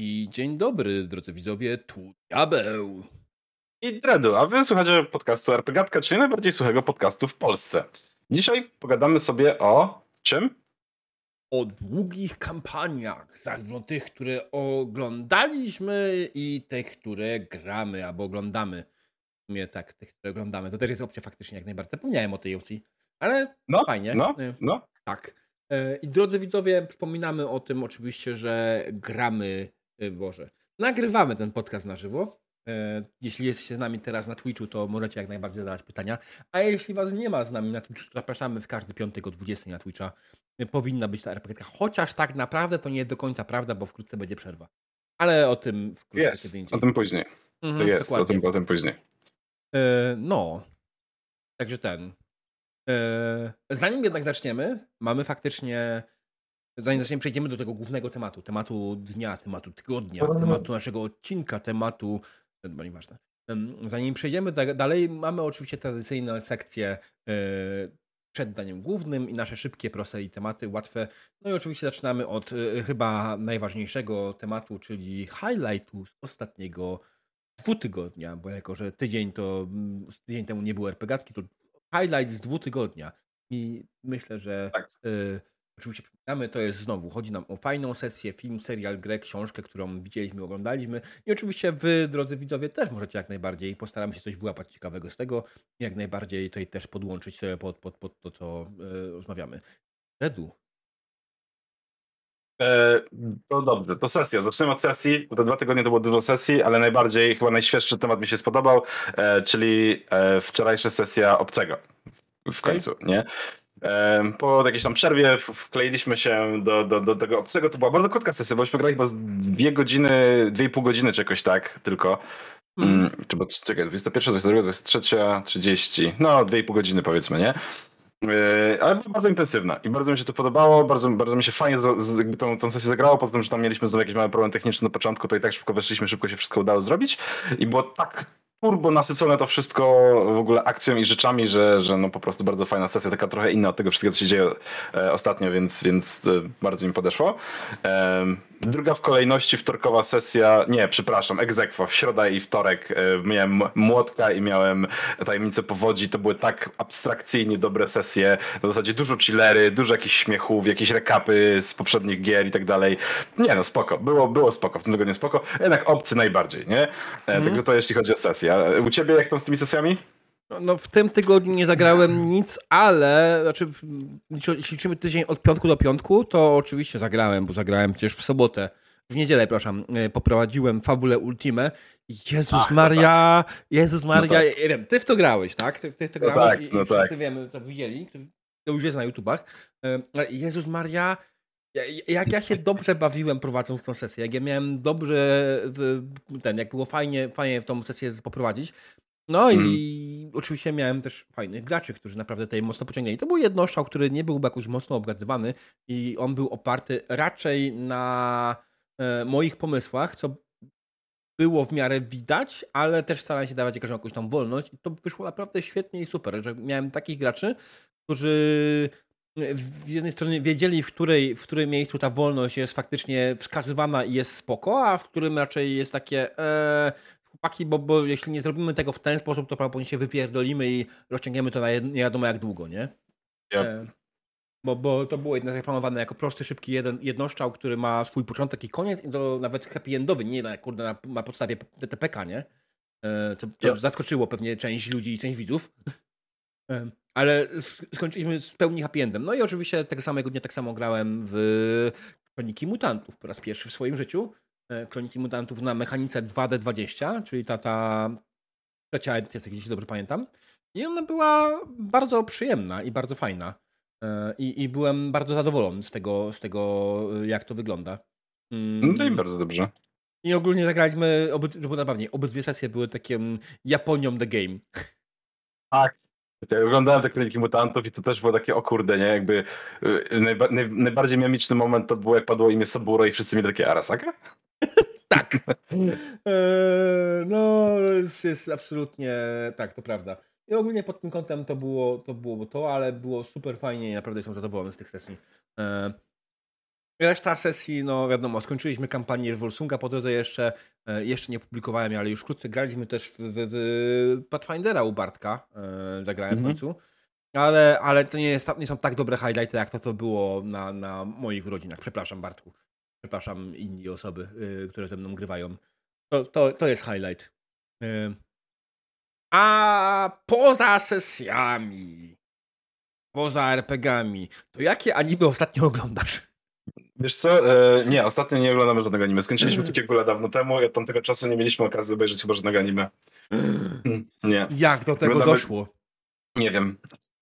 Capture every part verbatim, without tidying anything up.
I dzień dobry, drodzy widzowie, tu Diabeł. I Dredu, a wy słuchacie podcastu RPGatka, czyli najbardziej słuchego podcastu w Polsce. Dzisiaj pogadamy sobie o czym? O długich kampaniach, zarówno tych, które oglądaliśmy i tych, które gramy albo oglądamy. W sumie tak, tych, które oglądamy. To też jest opcja faktycznie jak najbardziej. Zapomniałem o tej opcji, ale No, fajnie. no, Y, no. Tak. Y, I drodzy widzowie, przypominamy o tym oczywiście, że gramy, y, Boże, nagrywamy ten podcast na żywo. E, Jeśli jesteście z nami teraz na Twitchu, to możecie jak najbardziej zadawać pytania. A jeśli was nie ma z nami na Twitchu, to zapraszamy w każdy piątek o dwudziestej na Twitcha. E, Powinna być ta er pe gie. Chociaż tak naprawdę to nie do końca prawda, bo wkrótce będzie przerwa. Ale o tym wkrótce kiedy Jest, o indziej. tym później. To Mhm, jest, o dokładnie. tym, o tym później. E, No, także ten. E, Zanim jednak zaczniemy, mamy faktycznie. Zanim zaczniemy, przejdziemy do tego głównego tematu. Tematu dnia, tematu tygodnia, tematu naszego odcinka, tematu. Chyba nieważne. Em, Zanim przejdziemy da- dalej, mamy oczywiście tradycyjną sekcję e, przed daniem głównym i nasze szybkie, proste i tematy łatwe. No i oczywiście zaczynamy od e, chyba najważniejszego tematu, czyli highlightu z ostatniego dwutygodnia, bo jako, że tydzień to mm, tydzień temu nie było RPGatki, to highlight z dwutygodnia. I myślę, że Tak. y, oczywiście przypominamy, to jest znowu, chodzi nam o fajną sesję, film, serial, grę, książkę, którą widzieliśmy, oglądaliśmy. I oczywiście wy, drodzy widzowie, też możecie jak najbardziej, postaramy się coś wyłapać ciekawego z tego, jak najbardziej tutaj też podłączyć sobie pod, pod, pod to, co y, rozmawiamy. Redu. E, to dobrze, to sesja. Zaczniemy od sesji, bo te dwa tygodnie to było dużo sesji, ale najbardziej, chyba najświeższy temat mi się spodobał, e, czyli e, wczorajsza sesja Obcego w końcu, nie? E, Po jakiejś tam przerwie w- wkleiliśmy się do, do, do tego Obcego. To była bardzo krótka sesja, bośmy grali chyba z dwie godziny, dwie i pół godziny czy jakoś tak tylko. Mhm. Mm, czy bo, czekaj, dwudziesta pierwsza, dwudziesta druga, dwudziesta trzecia, trzydzieści, no dwie i pół godziny powiedzmy, nie? Yy, ale była bardzo intensywna i bardzo mi się to podobało, bardzo, bardzo mi się fajnie za, z, jakby tą, tą sesję zagrało, poza tym, że tam mieliśmy znowu jakiś mały problem techniczny na początku, to i tak szybko weszliśmy, szybko się wszystko udało zrobić i było tak turbo nasycone to wszystko w ogóle akcją i rzeczami, że, że no po prostu bardzo fajna sesja, taka trochę inna od tego wszystkiego, co się dzieje e, ostatnio, więc, więc e, bardzo mi podeszło. E, druga w kolejności wtorkowa sesja, nie, przepraszam, egzekwo, w środa i wtorek e, miałem Młotka i miałem Tajemnicę Powodzi, to były tak abstrakcyjnie dobre sesje, w zasadzie dużo chillery, dużo jakichś śmiechów, jakieś rekapy z poprzednich gier i tak dalej. Nie no, spoko, było, było spoko, w tym tygodniu spoko, jednak Obcy najbardziej, nie? E, Mhm. Także to jeśli chodzi o sesję. A u ciebie jak tam z tymi sesjami? No, no w tym tygodniu nie zagrałem nic, ale znaczy, w- jeśli liczymy tydzień od piątku do piątku, to oczywiście zagrałem, bo zagrałem przecież w sobotę, w niedzielę, przepraszam, e, poprowadziłem Fabulę Ultimę. Jezus Ach, no Maria, Jezus Maria, No ja wiem, ty w to grałeś, tak? Ty, ty w to No grałeś tak, i, no i wszyscy tak. wiemy, co widzieli, to już jest na YouTubach. E, ale Jezus Maria, ja- jak ja się dobrze bawiłem prowadząc tą sesję, jak ja miałem dobrze, w- ten, jak było fajnie, fajnie w tą sesję poprowadzić. No Mhm. i oczywiście miałem też fajnych graczy, którzy naprawdę tutaj mocno pociągnęli. To był jednoszczał, który nie był jakoś mocno obgadywany i on był oparty raczej na e, moich pomysłach, co było w miarę widać, ale też starałem się dawać każdą jakąś tam wolność i to wyszło naprawdę świetnie i super, że miałem takich graczy, którzy z jednej strony wiedzieli, w, której, w którym miejscu ta wolność jest faktycznie wskazywana i jest spoko, a w którym raczej jest takie e, chłopaki, bo, bo jeśli nie zrobimy tego w ten sposób, to prawdopodobnie się wypierdolimy i rozciągniemy to na jed, nie wiadomo jak długo, nie? Yep. E, bo, bo to było jednak zaplanowane jako prosty, szybki jeden, jednoszczał, który ma swój początek i koniec i to nawet happy endowy, nie na, kurde, na, na podstawie T T P K, nie? E, co, to Yep. zaskoczyło pewnie część ludzi i część widzów. E, ale sk- skończyliśmy z pełni happy endem. No i oczywiście tego samego dnia tak samo grałem w Kroniki Mutantów po raz pierwszy w swoim życiu. E, Kroniki Mutantów na mechanice dwa D dwadzieścia, czyli ta, ta trzecia edycja, jeśli dobrze pamiętam. I ona była bardzo przyjemna i bardzo fajna. E, I, i byłem bardzo zadowolony z tego, z tego, jak to wygląda. No to i Mm, bardzo dobrze. I ogólnie zagraliśmy, obyd, żeby naprawdę, obydwie sesje były takim Japonią the game. Tak. Ja oglądałem te Kroniki Mutantów i to też było takie, o kurde, nie? Jakby y, najba, naj, najbardziej memiczny moment to było, jak padło imię Saburo i wszyscy mieli takie Arasaka? Tak! Eee, no, jest, jest absolutnie tak, to prawda. I ogólnie pod tym kątem to było to, było to ale było super fajnie i naprawdę jestem zadowolony z tych sesji. Eee, Reszta sesji, no wiadomo, skończyliśmy kampanię Wolsunga po drodze jeszcze, e, jeszcze nie publikowałem, ale już wkrótce graliśmy też w, w, w Pathfindera u Bartka, e, zagrałem w Mhm. końcu, ale, ale to nie, jest, nie są tak dobre highlighty, jak to, to było na, na moich urodzinach. Przepraszam, Bartku. Przepraszam inni osoby, y, które ze mną grywają. To, to, to jest highlight. Y, a poza sesjami, poza er pe gami, to jakie anime ostatnio oglądasz? Wiesz co, e, nie, ostatnio nie oglądamy żadnego anime. Skończyliśmy takie w ogóle dawno temu i od tamtego czasu nie mieliśmy okazji obejrzeć chyba żadnego anime. Hmm, nie. Jak do tego Oglądamy... doszło? Nie wiem.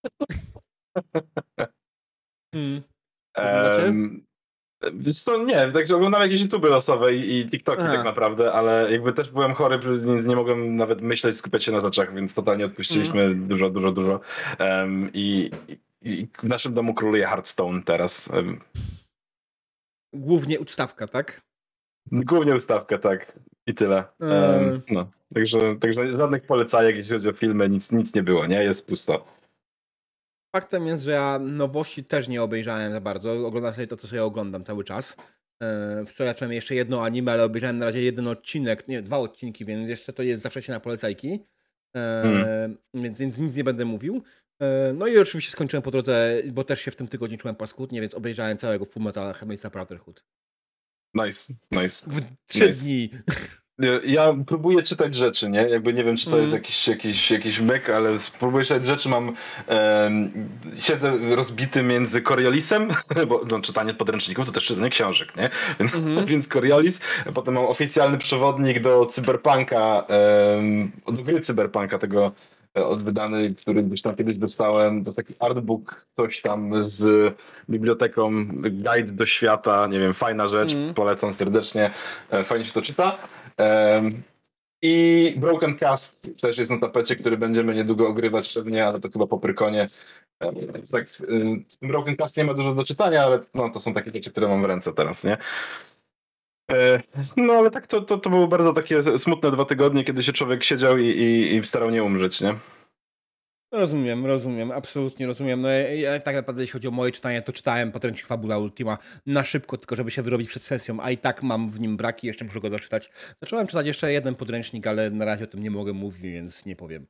Hmm. Oglądacie? Um, Wiesz co, nie, także oglądam jakieś YouTube losowe i, i TikToki Aha. tak naprawdę, ale jakby też byłem chory, więc nie mogłem nawet myśleć, skupiać się na rzeczach, więc totalnie odpuściliśmy Mm. dużo, dużo, dużo. Um, i, i w naszym domu króluje Hearthstone teraz. Um, Głównie ustawka, tak? Głównie ustawka, tak. I tyle. Um, Eee, no, także, także żadnych polecajek, jeśli chodzi o filmy, nic, nic nie było, nie? Jest pusto. Faktem jest, że ja nowości też nie obejrzałem za bardzo. Oglądam sobie to, co sobie oglądam cały czas. Eee, wczoraj zacząłem jeszcze jedno anime, ale obejrzałem na razie jeden odcinek, nie, dwa odcinki, więc jeszcze to jest zawsze się na polecajki. Eee, Hmm. więc, więc nic nie będę mówił. Eee, no i oczywiście skończyłem po drodze, bo też się w tym tygodniu czułem paskudnie, więc obejrzałem całego Fullmetal Alchemista Brotherhood. Nice, nice. W trzy nice. dni. Ja próbuję czytać rzeczy, nie? Jakby nie wiem, czy to Mm. jest jakiś, jakiś, jakiś myk, ale spróbuję czytać rzeczy. Mam. Um, siedzę rozbity między Coriolisem, bo no, czytanie podręczników to też czytanie książek, nie? Więc, Mm-hmm. więc Coriolis, potem mam oficjalny przewodnik do Cyberpunka, um, do gry Cyberpunka, tego odwydany, który gdzieś tam kiedyś dostałem. To jest taki artbook, coś tam z biblioteką, guide do świata, nie wiem, fajna rzecz, Mm. polecam serdecznie, fajnie się to czyta. Um, I Broken Cast też jest na tapecie, który będziemy niedługo ogrywać pewnie, ale to chyba po Prykonie. Um, więc tak, um, w tym Broken Cast nie ma dużo do czytania, ale no, to są takie rzeczy, które mam w ręce teraz, nie? E, no ale tak to, to, to były bardzo takie smutne dwa tygodnie, kiedy się człowiek siedział i, i, i starał nie umrzeć, nie? Rozumiem, rozumiem, absolutnie rozumiem. No ja, ja tak naprawdę jeśli chodzi o moje czytanie, to czytałem podręcznik Fabula Ultima na szybko, tylko żeby się wyrobić przed sesją, a i tak mam w nim braki, jeszcze muszę go doczytać. Zacząłem czytać jeszcze jeden podręcznik, ale na razie o tym nie mogę mówić, więc nie powiem.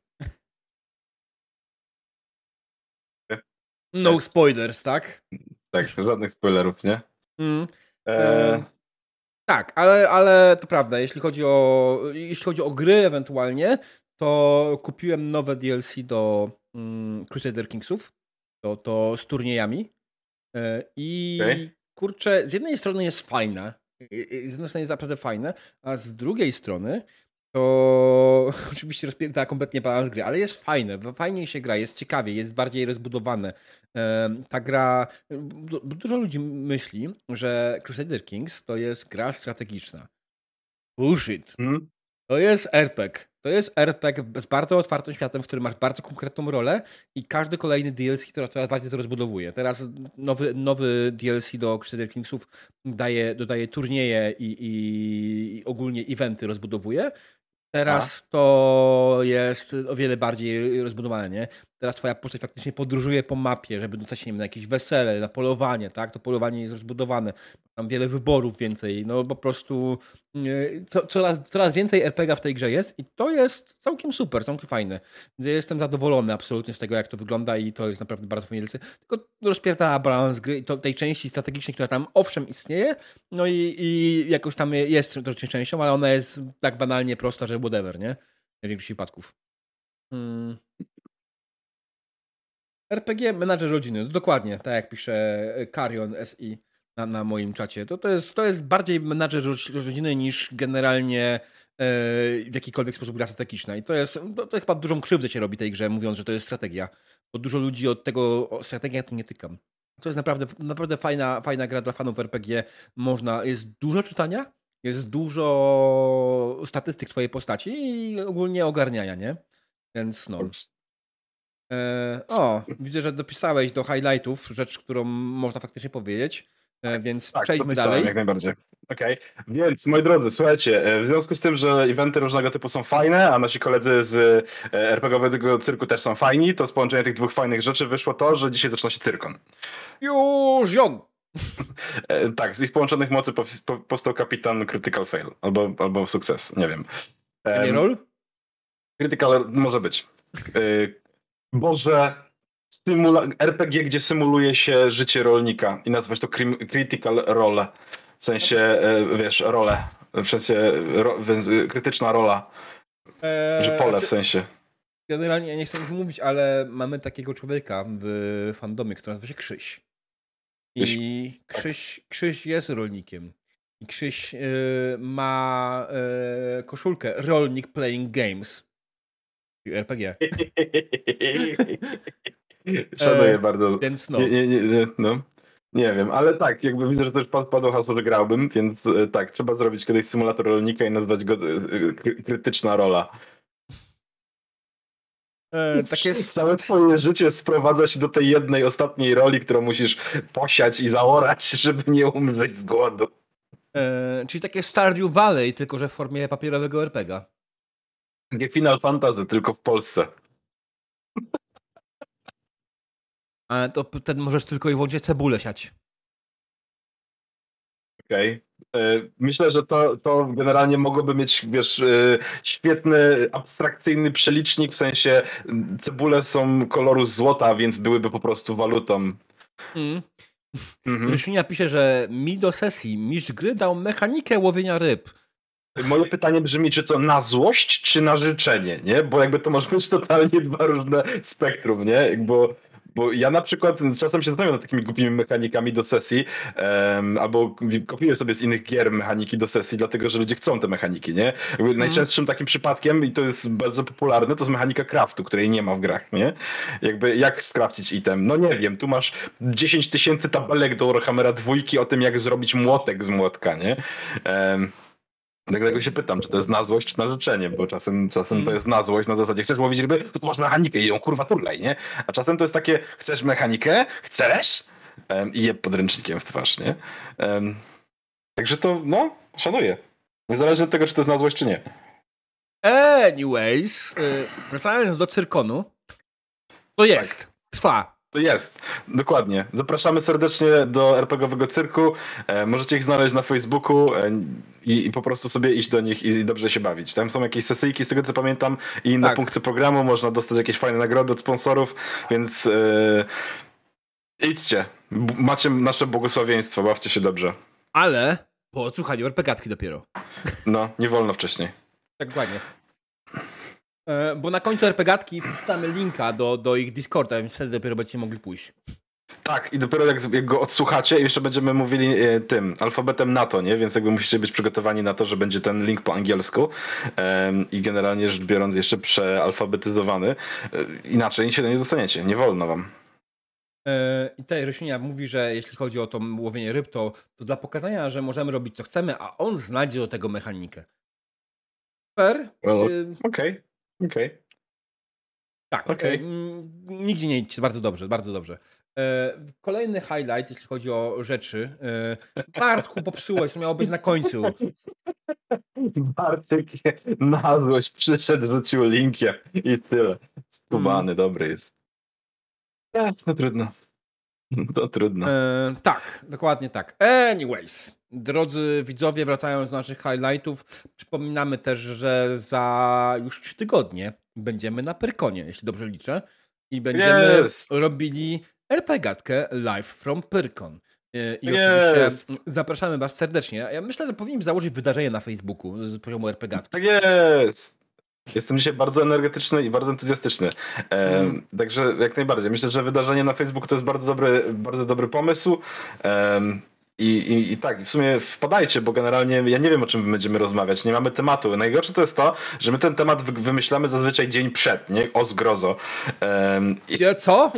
No spoilers, tak? Tak, żadnych spoilerów, nie? Mm. E... Tak, ale, ale to prawda, jeśli chodzi o jeśli chodzi o gry ewentualnie, to kupiłem nowe D L C do mm, Crusader Kingsów, to, to z turniejami e, i Okay. kurczę, z jednej strony jest fajne, z jednej strony jest naprawdę fajne, a z drugiej strony to oczywiście rozpierdala kompletnie balans gry, ale jest fajne, fajniej się gra, jest ciekawie, jest bardziej rozbudowane. Ta gra, dużo ludzi myśli, że Crusader Kings to jest gra strategiczna. Bullshit. Hmm? To jest er pe gie. To jest er pe gie z bardzo otwartym światem, w którym masz bardzo konkretną rolę i każdy kolejny D L C to coraz bardziej to rozbudowuje. Teraz nowy, nowy D L C do Crusader Kingsów daje, dodaje turnieje i, i, i ogólnie eventy rozbudowuje. Teraz A. to jest o wiele bardziej rozbudowane, nie? Teraz twoja postać faktycznie podróżuje po mapie, żeby dostać się na jakieś wesele, na polowanie, tak? To polowanie jest rozbudowane. Tam wiele wyborów więcej, no po prostu co, coraz, coraz więcej er pe gie w tej grze jest i to jest całkiem super, całkiem fajne. Więc ja jestem zadowolony absolutnie z tego, jak to wygląda i to jest naprawdę bardzo fajne. Tylko rozpierdala balans gry i to, tej części strategicznej, która tam owszem istnieje, no i, i jakoś tam jest troszkę częścią, ale ona jest tak banalnie prosta, że whatever, nie? W większości przypadków. Hmm. er pe gie, menadżer rodziny, no dokładnie, tak jak pisze Karion S I na, na moim czacie. To, to, jest, to jest bardziej menadżer rodziny niż generalnie e, w jakikolwiek sposób gra strategiczna. I to jest, to, to chyba dużą krzywdę się robi tej grze, mówiąc, że to jest strategia. Bo dużo ludzi od tego, o strategia to nie tykam. To jest naprawdę, naprawdę fajna, fajna gra dla fanów er pe gie. Można, jest dużo czytania, jest dużo statystyk twojej postaci i ogólnie ogarniania, nie? Więc no. E, o, widzę, że dopisałeś do highlightów rzecz, którą można faktycznie powiedzieć, e, więc tak, przejdźmy dopisałem dalej. Jak najbardziej. Okej, okay. Więc moi drodzy, słuchajcie, w związku z tym, że eventy różnego typu są fajne, a nasi koledzy z er pe gie owego cyrku też są fajni, to z połączenia tych dwóch fajnych rzeczy wyszło to, że dzisiaj zaczyna się cyrkon. Już on! E, tak, z ich połączonych mocy powstał kapitan Critical Fail, albo, albo Sukces, nie wiem. A nie roll? Critical może być. E, Boże, symula- R P G, gdzie symuluje się życie rolnika i nazwać to Critical Role. W sensie, e, wiesz, rolę. W sensie, ro, w, krytyczna rola. Eee, że pole w sensie. Generalnie ja nie chcę nic mówić, ale mamy takiego człowieka w fandomie, który nazywa się Krzyś. I Krzyś, Krzyś jest rolnikiem. I Krzyś y, ma y, koszulkę Rolnik Playing Games. R P G. Szanuję e, bardzo. Więc no. Nie, nie, nie, no. Nie wiem, ale tak, jakby widzę, że też padło hasło, że grałbym, więc tak, trzeba zrobić kiedyś symulator rolnika i nazwać go krytyczna rola. E, tak jest... Całe twoje życie sprowadza się do tej jednej, ostatniej roli, którą musisz posiać i zaorać, żeby nie umrzeć z głodu. E, czyli takie Stardew Valley, tylko że w formie papierowego er pe gie. Takie Final Fantasy, tylko w Polsce. Ale to wtedy możesz tylko i wyłącznie cebulę siać. Okej. Okay. Myślę, że to, to generalnie mogłoby mieć, wiesz, świetny, abstrakcyjny przelicznik, w sensie cebule są koloru złota, więc byłyby po prostu walutą. Mm. Mhm. Rysiunia pisze, że mi do sesji mistrz gry dał mechanikę łowienia ryb. Moje pytanie brzmi, czy to na złość, czy na życzenie, nie? Bo jakby to może być totalnie dwa różne spektrum, nie? Bo, bo ja na przykład czasem się zastanawiam nad takimi głupimi mechanikami do sesji, um, albo kopiuję sobie z innych gier mechaniki do sesji, dlatego że ludzie chcą te mechaniki, nie? Jakby mm. Najczęstszym takim przypadkiem, i to jest bardzo popularne, to jest mechanika craftu, której nie ma w grach, nie? Jakby jak skrafcić item? No nie wiem, tu masz dziesięć tysięcy tabelek do Warhammera dwójki o tym, jak zrobić młotek z młotka, nie? Um, Dlatego się pytam, czy to jest na złość, czy na życzenie, bo czasem, czasem mm. to jest na złość, na zasadzie chcesz łowić ryby, to tu masz mechanikę i ją kurwa turlej, nie? A czasem to jest takie, chcesz mechanikę? Chcesz? Um, I je podręcznikiem w twarz, nie? Um, także to, no, szanuję. Niezależnie od tego, czy to jest na złość, czy nie. Anyways, yy, wracając do cyrkonu, to jest, tak. Trwa. To jest, dokładnie. Zapraszamy serdecznie do er pe gie owego cyrku. E, możecie ich znaleźć na Facebooku e, i, i po prostu sobie iść do nich i, i dobrze się bawić. Tam są jakieś sesyjki, z tego co pamiętam, i inne tak. punkty programu. Można dostać jakieś fajne nagrody od sponsorów, więc e, idźcie. B- macie nasze błogosławieństwo, bawcie się dobrze. Ale po odsłuchaniu er pe gie atki dopiero. No, nie wolno wcześniej. Tak, dokładnie. Bo na końcu er pe gie atki wrzucamy linka do, do ich Discorda, więc wtedy dopiero będziecie mogli pójść. Tak, i dopiero jak, jak go odsłuchacie, jeszcze będziemy mówili e, tym, alfabetem NATO, nie? Więc jakby musicie być przygotowani na to, że będzie ten link po angielsku e, i generalnie rzecz biorąc jeszcze przealfabetyzowany. E, inaczej się do nie dostaniecie, nie wolno wam. E, I tutaj Rysiunia mówi, że jeśli chodzi o to łowienie ryb, to, to dla pokazania, że możemy robić co chcemy, a on znajdzie do tego mechanikę. Super. Well, okej, okej. Okay. Okay. Tak, okay. e, nigdzie nie idźcie, bardzo dobrze, bardzo dobrze. E, kolejny highlight, jeśli chodzi o rzeczy. E, Bartku, popsułeś, to miało być na końcu. Bartek na złość przyszedł, rzucił linkiem i tyle. Skubany, mm. dobry jest. Tak, no trudno. To trudno. E, tak, dokładnie tak. Anyways, drodzy widzowie, wracając do naszych highlightów, przypominamy też, że za już trzy tygodnie będziemy na Pyrkonie, jeśli dobrze liczę. I będziemy yes. robili er pe gie atkę live from Pyrkon. I oczywiście yes. zapraszamy was serdecznie. Ja myślę, że powinniśmy założyć wydarzenie na Facebooku z poziomu er pe gie atki. Tak jest. Jestem dzisiaj bardzo energetyczny i bardzo entuzjastyczny. E, mm. Także jak najbardziej. Myślę, że wydarzenie na Facebooku to jest bardzo dobry, bardzo dobry pomysł. E, i, i, I tak, w sumie wpadajcie, bo generalnie ja nie wiem, o czym będziemy rozmawiać. Nie mamy tematu. Najgorsze to jest to, że my ten temat wymyślamy zazwyczaj dzień przed, nie? O zgrozo. E, i... Co?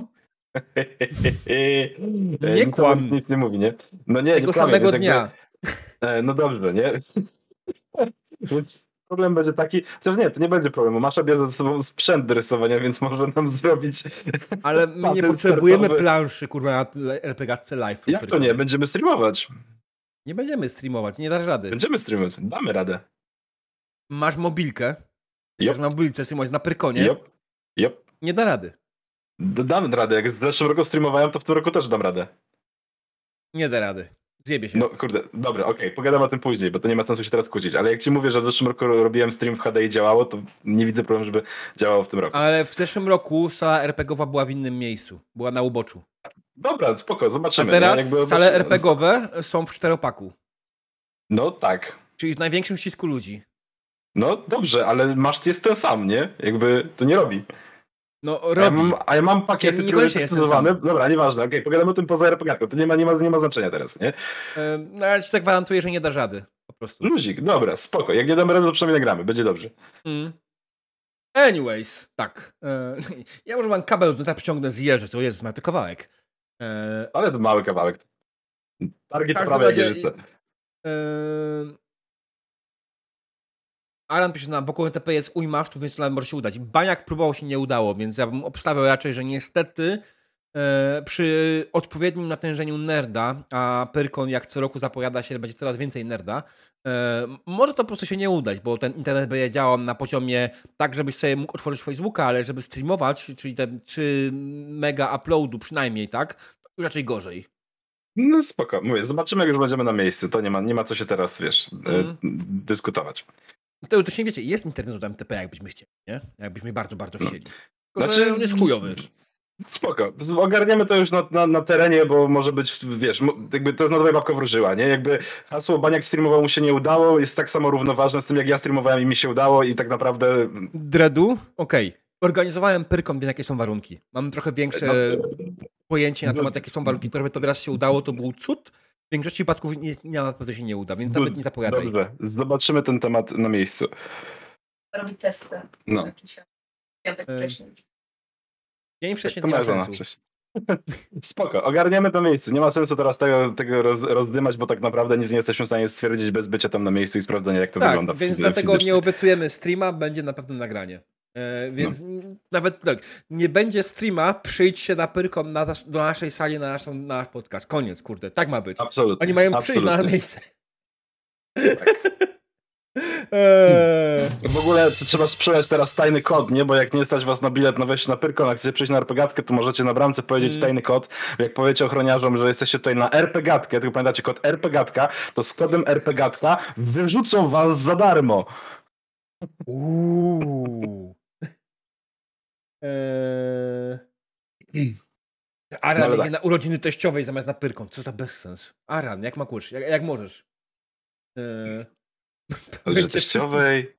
Nie kłam. Nic nie mówi, nie? No nie, Tego nie samego jakby... dnia. No dobrze, nie? Więc problem będzie taki, chociaż nie, to nie będzie problemu. Masza bierze ze sobą sprzęt do rysowania, więc może nam zrobić. Ale my nie potrzebujemy startowy. planszy, kurwa, na er pe gie atce live. Jak to nie? Będziemy streamować. Nie będziemy streamować, nie dasz rady. Będziemy streamować, damy radę. Masz mobilkę, yep. masz na mobilce streamować na Pyrkonie. Yep. Yep. Nie da rady. Dam radę, jak z zeszłym roku streamowałem, to w tym roku też dam radę. Nie da rady. Zjebie się. No kurde, dobra, okej, okay, pogadam o tym później, bo to nie ma sensu się teraz kłócić, ale jak ci mówię, że w zeszłym roku robiłem stream w H D i działało, to nie widzę problemu, żeby działało w tym roku. Ale w zeszłym roku sala RPGowa była w innym miejscu. Była na uboczu. Dobra, spoko, zobaczymy. A teraz nie? Jakby sale RPGowe są w czteropaku. No tak. Czyli w największym ścisku ludzi. No dobrze, ale maszt jest ten sam, nie? Jakby to nie robi. No robi. A ja mam, a ja mam pakiety priorytetyzowane. Dobra, nieważne, okej, okay, pogadamy o tym poza RPGatką. To nie ma, nie, ma, nie ma znaczenia teraz, nie? No ja ci tak gwarantuję, że nie da rady. Po prostu. Luzik, dobra, spoko. Jak nie damy rady, to przynajmniej nagramy, będzie dobrze. Mm. Anyways, tak. E, ja może mam kabel, to tak przyciągnę z jeży, to jest ma to kawałek. E, Ale to mały kawałek. Targi to prawie razie, jak jeżyce. E, Aran pisze na wokół N T P jest ujmasztu, więc to nawet może się udać. Baniak próbował, się nie udało, więc ja bym obstawiał raczej, że niestety e, przy odpowiednim natężeniu nerda, a Pyrkon jak co roku zapowiada się, będzie coraz więcej nerda, e, może to po prostu się nie udać, bo ten internet będzie działał na poziomie tak, żebyś sobie mógł otworzyć Facebooka, ale żeby streamować, czyli te trzy mega uploadu przynajmniej, tak, to raczej gorzej. No spoko, mówię, zobaczymy jak już będziemy na miejscu, to nie ma, nie ma co się teraz, wiesz, mm. dyskutować. To, to się wiecie, jest internet do M T P, jakbyśmy chcieli, nie? Jakbyśmy bardzo, bardzo chcieli. No. Znaczy, on jest chujowy. Spoko, ogarniemy to już na, na, na terenie, bo może być, wiesz, jakby to jest na dwoje babka wróżyła, nie? Jakby hasło Baniak streamował mu się nie udało, jest tak samo równoważne z tym, jak ja streamowałem i mi się udało i tak naprawdę... Dreadu? Okej. Okay. Organizowałem Pyrkon, wiem jakie są warunki. Mam trochę większe no, pojęcie na temat, jakie są warunki, które by to raz się udało, to był cud. W większości przypadków nie, nie, na pewno się nie uda, więc nawet nie zapowiadaj. Dobrze, zobaczymy ten temat na miejscu. Robi testy. No. Piątek wcześniej. Dzień wcześniej to nie ma sensu. Spoko, ogarniemy to miejsce. Nie ma sensu teraz tego, tego roz, rozdymać, bo tak naprawdę nic nie jesteśmy w stanie stwierdzić bez bycia tam na miejscu i sprawdzenia, jak to tak, wygląda. Więc dlatego fizycznie. Nie obiecujemy streama, będzie na pewno nagranie. E, więc no. nawet tak, nie będzie streama, przyjdź się na Pyrkon na, do naszej sali, na, naszą, na nasz podcast. Koniec, kurde, tak ma być. Absolutnie. Oni mają Absolutnie. przyjść na miejsce. Tak. Eee. W ogóle trzeba sprzedać teraz tajny kod, nie? Bo jak nie stać was na bilet na wejście na Pyrkon, a chcecie przyjść na RPGatkę, to możecie na bramce powiedzieć mm. tajny kod. Jak powiecie ochroniarzom, że jesteście tutaj na RPGatkę, tylko pamiętacie kod RPGatka, to z kodem RPGatka wyrzucą was za darmo. Uuu. eee. Aran no, tak. na urodziny teściowej zamiast na Pyrkon. Co za bezsens. Aran, jak makusz, jak, jak możesz. Eee. Ale teściowej.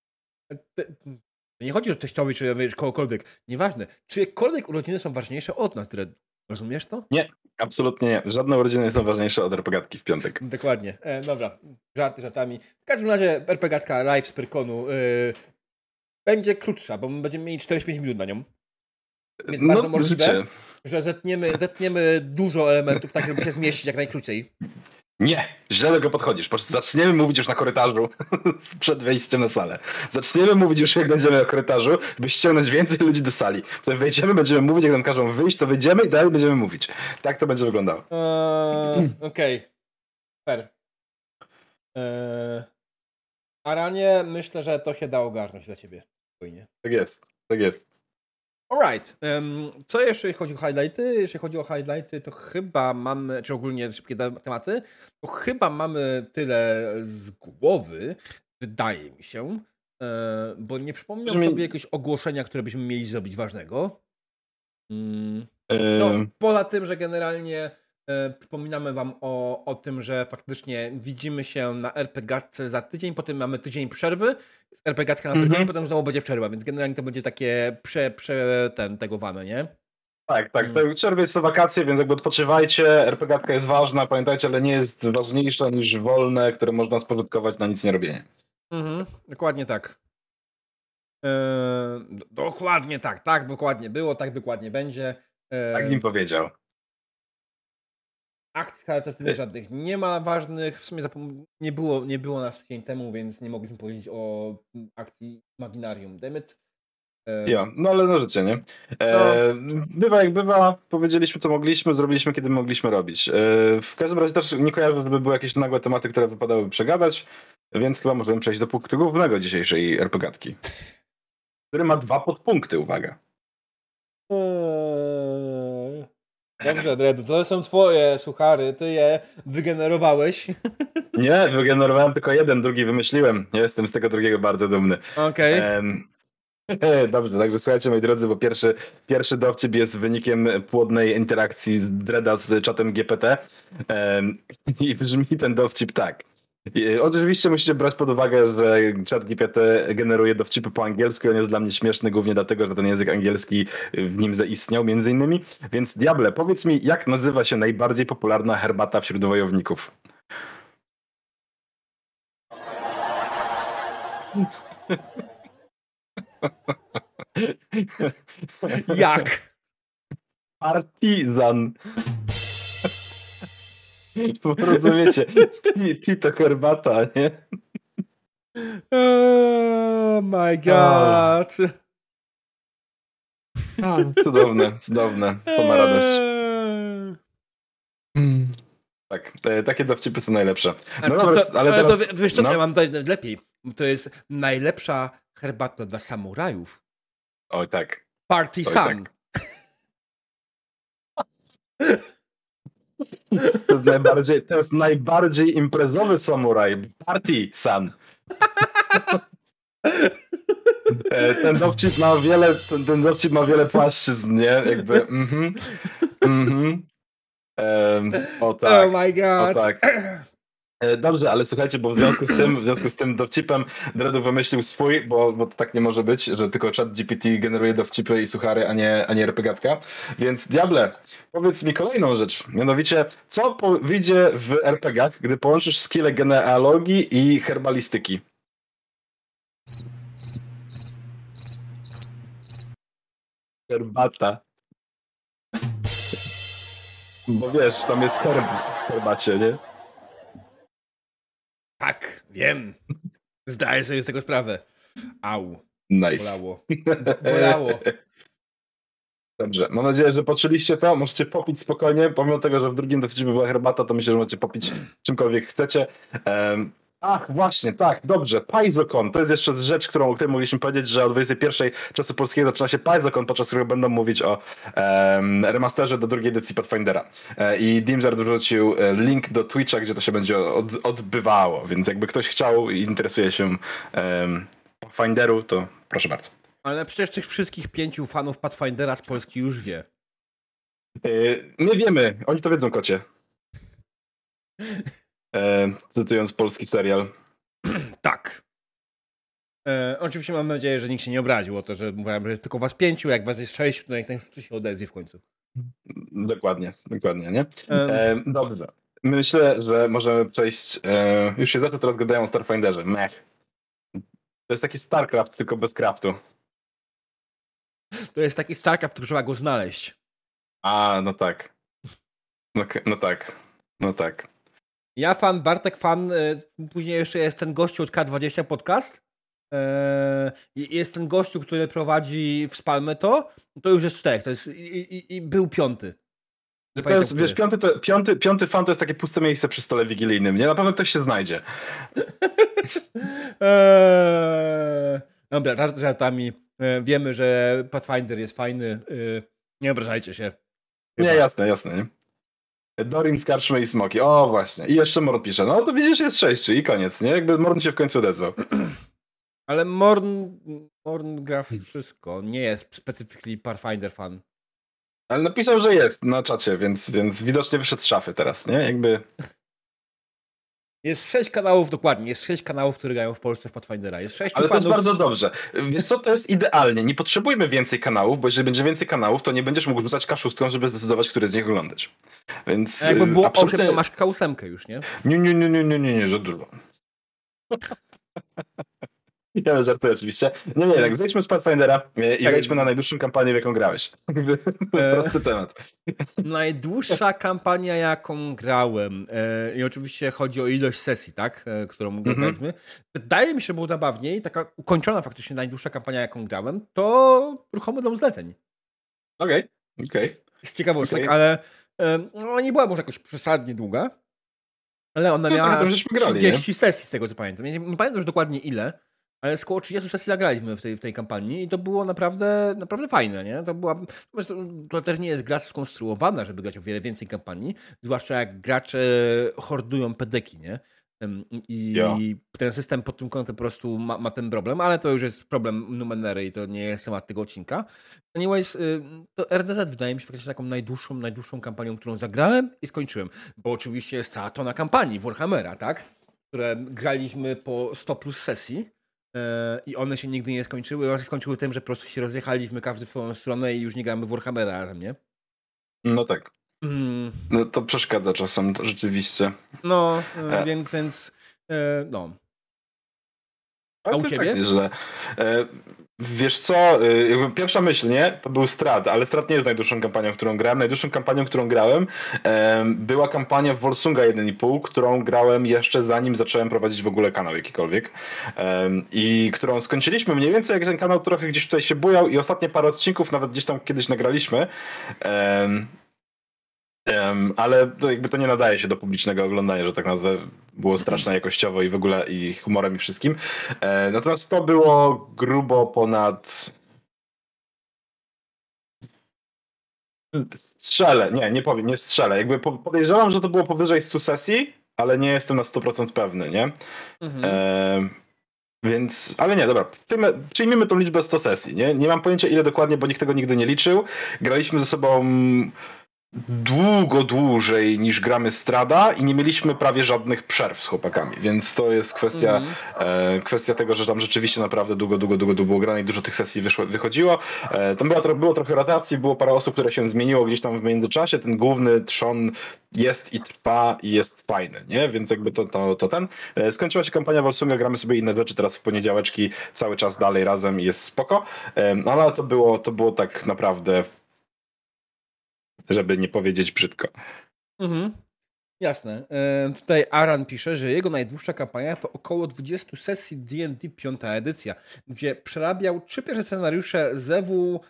Nie chodzi o teściowej, czy wiesz, kogokolwiek. Nieważne. Czyjekolwiek urodziny są ważniejsze od nas, Dredd. Rozumiesz to? Nie, absolutnie nie. Żadne urodziny nie są ważniejsze od RPGatki w piątek. Dokładnie. E, dobra, żarty żartami. W każdym razie RPGatka live z Pyrkonu yy, będzie krótsza, bo my będziemy mieli czterdzieści pięć minut na nią. Więc no, bardzo możliwe, życie. że zetniemy, zetniemy dużo elementów, tak żeby się zmieścić jak najkrócej. Nie, źle do tego podchodzisz. Zaczniemy mówić już na korytarzu przed wejściem na salę. Zaczniemy mówić już jak będziemy na korytarzu, by ściągnąć więcej ludzi do sali. Potem wejdziemy, będziemy mówić, jak nam każą wyjść, to wyjdziemy i dalej będziemy mówić. Tak to będzie wyglądało. Eee, Okej. Okay. Fair. Eee, Aranie, myślę, że to się da ogarnąć dla ciebie. Spokojnie. Tak jest, tak jest. Alright. Um, co jeszcze jeśli chodzi o highlighty? Jeśli chodzi o highlighty, to chyba mamy, czy ogólnie szybkie tematy, to chyba mamy tyle z głowy, wydaje mi się, e, bo nie przypominam Brzmi... sobie jakiegoś ogłoszenia, które byśmy mieli zrobić ważnego. Mm. No, yy... poza tym, że generalnie e, przypominamy wam o, o tym, że faktycznie widzimy się na RPGatce za tydzień, potem mamy tydzień przerwy, z RPGatka na tydzień, mm-hmm. potem znowu będzie przerwa, więc generalnie to będzie takie prze, prze ten, tegowane, nie? Tak, tak. Mm. Czerwiec są wakacje, więc jakby odpoczywajcie. RPGatka jest ważna, pamiętajcie, ale nie jest ważniejsza niż wolne, które można spożytkować na nic nie robienie. Mhm, dokładnie tak. Eee, dokładnie tak, tak dokładnie było, tak dokładnie będzie. Eee, tak nim powiedział. Akcji charytatywnych żadnych nie ma ważnych. W sumie zapom- nie było, nie było nas tydzień temu, więc nie mogliśmy powiedzieć o akcji Imaginarium. Dammit. E... Ja, no ale no życie, nie? E, no. Bywa jak bywa, powiedzieliśmy co mogliśmy, zrobiliśmy kiedy mogliśmy robić. E, w każdym razie też nie kojarzę, żeby były jakieś nagłe tematy, które wypadały przegadać, więc chyba możemy przejść do punktu głównego dzisiejszej RPGatki, który ma dwa podpunkty, uwaga. Eee... Dobrze, Dredu, to są twoje suchary, ty je wygenerowałeś. Nie, wygenerowałem tylko jeden, drugi wymyśliłem. Ja jestem z tego drugiego bardzo dumny. Okej. Okay. Um, dobrze, także słuchajcie, moi drodzy, bo pierwszy, pierwszy dowcip jest wynikiem płodnej interakcji z Dreda z czatem G P T. Um, I brzmi ten dowcip tak. I oczywiście musicie brać pod uwagę, że czat G P T generuje dowcipy po angielsku. On jest dla mnie śmieszny głównie dlatego, że ten język angielski w nim zaistniał między innymi. Więc diable, powiedz mi, jak nazywa się najbardziej popularna herbata wśród wojowników? Jak? Partizan. Bo rozumiecie, ti to herbata, nie? Oh my god. Oh. Cudowne, cudowne. To ma radość. Hmm. Tak, te, takie dowcipy są najlepsze. No dobra, to, ale, ale teraz, to, wiesz co, no. ja mam tutaj lepiej. To jest najlepsza herbata dla samurajów. Oj tak. Partisan. Tak. To jest najbardziej, to jest najbardziej imprezowy samuraj. Partisan. Ten dowcip ma wiele, ten, ten dowcip ma wiele płaszczyzn, nie? Jakby, mhm, mhm. Um, o tak. Oh my god. O tak. Dobrze, ale słuchajcie, bo w związku z tym, w związku z tym dowcipem Dredu wymyślił swój, bo, bo to tak nie może być, że tylko chat G P T generuje dowcipy i suchary, a nie, a nie RPGatka. Więc diable, powiedz mi kolejną rzecz. Mianowicie, co po, wyjdzie w er pe gach, gdy połączysz skille genealogii i herbalistyki? Herbata. Bo wiesz, tam jest herb w herbacie, nie? Tak, wiem. Zdaję sobie z tego sprawę. Au. Nice. Bolało. Bolało. Dobrze, mam nadzieję, że poczuliście to. Możecie popić spokojnie, pomimo tego, że w drugim dowcipie była herbata, to myślę, że możecie popić czymkolwiek chcecie. Um, ach, właśnie, tak, dobrze, PaizoCon, to jest jeszcze rzecz, którą, o której mogliśmy powiedzieć, że o dwudziestej pierwszej czasu polskiego zaczyna się PaizoCon, podczas którego będą mówić o um, remasterze do drugiej edycji Pathfindera. E, I Dimzer wrzucił link do Twitcha, gdzie to się będzie od, odbywało, więc jakby ktoś chciał i interesuje się um, Pathfinderu, to proszę bardzo. Ale przecież tych wszystkich pięciu fanów Pathfindera z Polski już wie. Yy, my wiemy, oni to wiedzą, kocie. E, cytując polski serial. Tak. E, oczywiście mam nadzieję, że nikt się nie obraził o to, że mówiłem, że jest tylko was pięciu, jak was jest sześciu, to niech ten się odezwie w końcu. Dokładnie, dokładnie, nie? Um. E, dobrze. Myślę, że możemy przejść... E, już się zawsze teraz gadają o Starfinderze. Mech. To jest taki StarCraft, tylko bez craftu. To jest taki StarCraft, tylko trzeba go znaleźć. A, no tak. No, no tak. No tak. Ja fan, Bartek fan, y, później jeszcze jest ten gościu od K dwadzieścia podcast. Y, jest ten gościu, który prowadzi Wspalmy to. To już jest czterech. To jest, i, i, i był piąty. To jest, wiesz, piąty, to, piąty, piąty fan to jest takie puste miejsce przy stole wigilijnym, nie? Na pewno ktoś się znajdzie. eee, dobra, żart żartami. E, wiemy, że Pathfinder jest fajny. E, nie obrażajcie się. Chyba. Nie, jasne, jasne. Nie? Dorim, Skarczmy i Smoki. O, właśnie. I jeszcze Morn pisze. No to widzisz, jest sześciu i koniec, nie? Jakby Morn się w końcu odezwał. Ale Morn, Morn gra wszystko. Nie jest specifically Pathfinder fan. Ale napisał, że jest na czacie, więc, więc widocznie wyszedł z szafy teraz, nie? Jakby... Jest sześć kanałów, dokładnie. Jest sześć kanałów, które grają w Polsce w Pathfindera. Jest sześć Ale fanów... to jest bardzo dobrze. Wiesz co, to jest idealnie. Nie potrzebujemy więcej kanałów, bo jeżeli będzie więcej kanałów, to nie będziesz mógł rzucać kaszustką, żeby zdecydować, który z nich oglądać. Więc... A jakby było absolutnie... osiem, to masz K osiem już, nie? Nie, nie, nie, nie, nie, nie, nie, za dużo. Ja żartuję oczywiście. Nie, nie, tak zejdźmy z Pathfindera i tak, wejdźmy na najdłuższą kampanię, w jaką grałeś. Prosty temat. Najdłuższa kampania, jaką grałem. E, I oczywiście chodzi o ilość sesji, tak? E, którą mm-hmm. graliśmy. Wydaje mi się, że było zabawniej. Taka ukończona faktycznie najdłuższa kampania, jaką grałem, to Ruchomy Dom Zleceń. Okej, okay, okej. Okay. Z ciekawostek, okay. ale e, no, nie była może jakoś przesadnie długa, ale ona no, miała grali, trzydzieści nie? sesji, z tego co pamiętam. Nie, nie pamiętam już dokładnie ile, ale z koło trzydziestu sesji zagraliśmy w tej, w tej kampanii i to było naprawdę, naprawdę fajne, nie? To była, to, to też nie jest gra skonstruowana, żeby grać o wiele więcej kampanii, zwłaszcza jak gracze hordują pedeki, nie? I Jo. ten system pod tym kątem po prostu ma, ma ten problem, ale to już jest problem Numenery i to nie jest temat tego odcinka. Anyways, to R D Z wydaje mi się faktycznie taką najdłuższą, najdłuższą kampanią, którą zagrałem i skończyłem. Bo oczywiście jest cała tona kampanii Warhammera, tak? Które graliśmy po sto plus sesji i one się nigdy nie skończyły. One się skończyły tym, że po prostu się rozjechaliśmy każdy w swoją stronę i już nie gramy w Warhammera razem, nie? No tak. Mm. No to przeszkadza czasem, to rzeczywiście. No, E. więc, więc e, no. A Ale u to ciebie? tak nieźle. E, wiesz co, e, jakby pierwsza myśl, nie? To był Strat, ale Strat nie jest najdłuższą kampanią, którą grałem. Najdłuższą kampanią, którą grałem e, była kampania w Volsunga jeden i pół, którą grałem jeszcze zanim zacząłem prowadzić w ogóle kanał jakikolwiek. E, I którą skończyliśmy mniej więcej, jak ten kanał trochę gdzieś tutaj się bujał i ostatnie parę odcinków nawet gdzieś tam kiedyś nagraliśmy. E, Um, ale to jakby to nie nadaje się do publicznego oglądania, że tak nazwę. Było straszne jakościowo i w ogóle i humorem i wszystkim. E, natomiast to było grubo ponad... Strzelę, nie, nie powiem, nie strzelę. Jakby podejrzewam, że to było powyżej stu sesji, ale nie jestem na sto procent pewny, nie? Mhm. E, więc, ale nie, dobra, przyjmijmy tą liczbę sto sesji, nie? Nie mam pojęcia ile dokładnie, bo nikt tego nigdy nie liczył. Graliśmy ze sobą długo dłużej niż gramy Strada i nie mieliśmy prawie żadnych przerw z chłopakami, więc to jest kwestia, mm. e, kwestia tego, że tam rzeczywiście naprawdę długo, długo, długo, długo było grane i dużo tych sesji wyszło, wychodziło. E, tam była, było trochę rotacji, było parę osób, które się zmieniło gdzieś tam w międzyczasie. Ten główny trzon jest i trwa i jest fajny, nie? Więc jakby to, to, to ten. E, skończyła się kampania Volsunga, gramy sobie inne rzeczy teraz w poniedziałeczki, cały czas dalej razem i jest spoko. E, ale to było, to było tak naprawdę, żeby nie powiedzieć brzydko. Mhm. Jasne. E, tutaj Aran pisze, że jego najdłuższa kampania to około dwudziestu sesji D and D piąta edycja, gdzie przerabiał trzy pierwsze scenariusze Zewu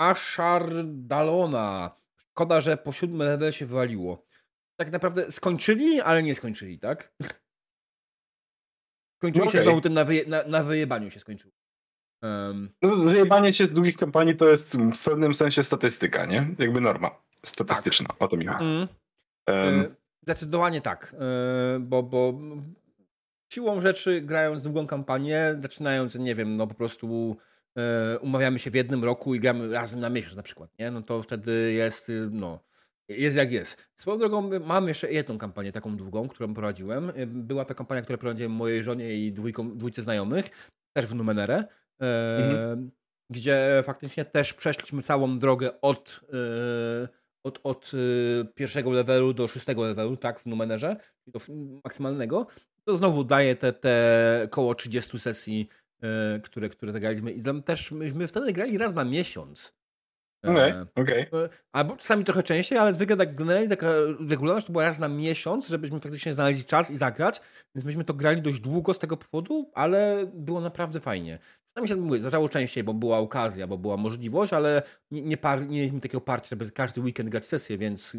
Ashardalona. Szkoda, że po siódmym level się wywaliło. Tak naprawdę skończyli, ale nie skończyli, tak? Skończyło no się okay. znowu tym na, wyje, na, na wyjebaniu się skończyło. Um. No, wyjebanie się z długich kampanii to jest w pewnym sensie statystyka, nie? Jakby norma statystyczna, tak. O to mi chodzi. Mm. Um. Zdecydowanie tak, bo, bo siłą rzeczy grając długą kampanię, zaczynając, nie wiem, no po prostu umawiamy się w jednym roku i gramy razem na miesiąc na przykład, nie? No to wtedy jest, no, jest jak jest. Swoją drogą mam jeszcze jedną kampanię taką długą, którą prowadziłem. Była to kampania, którą prowadziłem mojej żonie i dwójką, dwójce znajomych, też w Numenerę, mhm. gdzie faktycznie też przeszliśmy całą drogę od Od, od y, pierwszego levelu do szóstego levelu, tak, w Numenerze, do maksymalnego, to znowu daje te, te koło trzydziestu sesji, y, które, które zagraliśmy. I tam też myśmy wtedy grali raz na miesiąc. Okej, okay, okej. Okay. Albo czasami trochę częściej, ale zwykle tak generalnie taka regularność to była raz na miesiąc, żebyśmy faktycznie znaleźli czas i zagrać. Więc myśmy to grali dość długo z tego powodu, ale było naprawdę fajnie. Czasami się mówię, zdarzało częściej, bo była okazja, bo była możliwość, ale nie, nie, par, nie mieliśmy takiego parcia, żeby każdy weekend grać sesję, więc...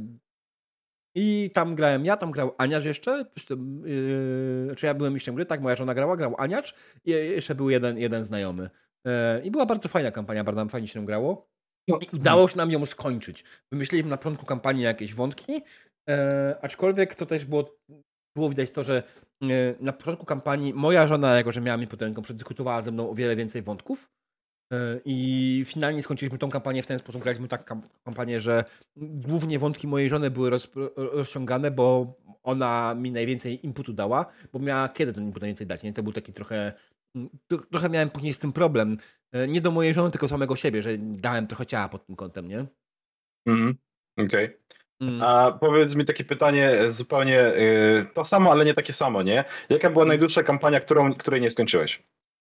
I tam grałem ja, tam grał Aniacz jeszcze, yy, czy ja byłem mistrzem gry, tak, moja żona grała, grał Aniacz i jeszcze był jeden, jeden znajomy. Yy, I była bardzo fajna kampania, bardzo fajnie się grało. I udało się nam ją skończyć. Wymyśliliśmy na początku kampanii jakieś wątki, e, aczkolwiek to też było, było widać to, że e, na początku kampanii moja żona, jako że miała mi pod ręką, przedyskutowała ze mną o wiele więcej wątków e, i finalnie skończyliśmy tą kampanię w ten sposób. Graliśmy tak kam- kampanię, że głównie wątki mojej żony były roz, rozciągane, bo ona mi najwięcej inputu dała, bo miała kiedy ten input najwięcej dać. Nie? To był taki trochę Trochę miałem później z tym problem. Nie do mojej żony, tylko samego siebie, że dałem trochę ciała pod tym kątem, nie? Mhm, okej. Okay. Mm. A powiedz mi takie pytanie zupełnie yy, to samo, ale nie takie samo, nie? Jaka była najdłuższa kampania, którą, której nie skończyłeś?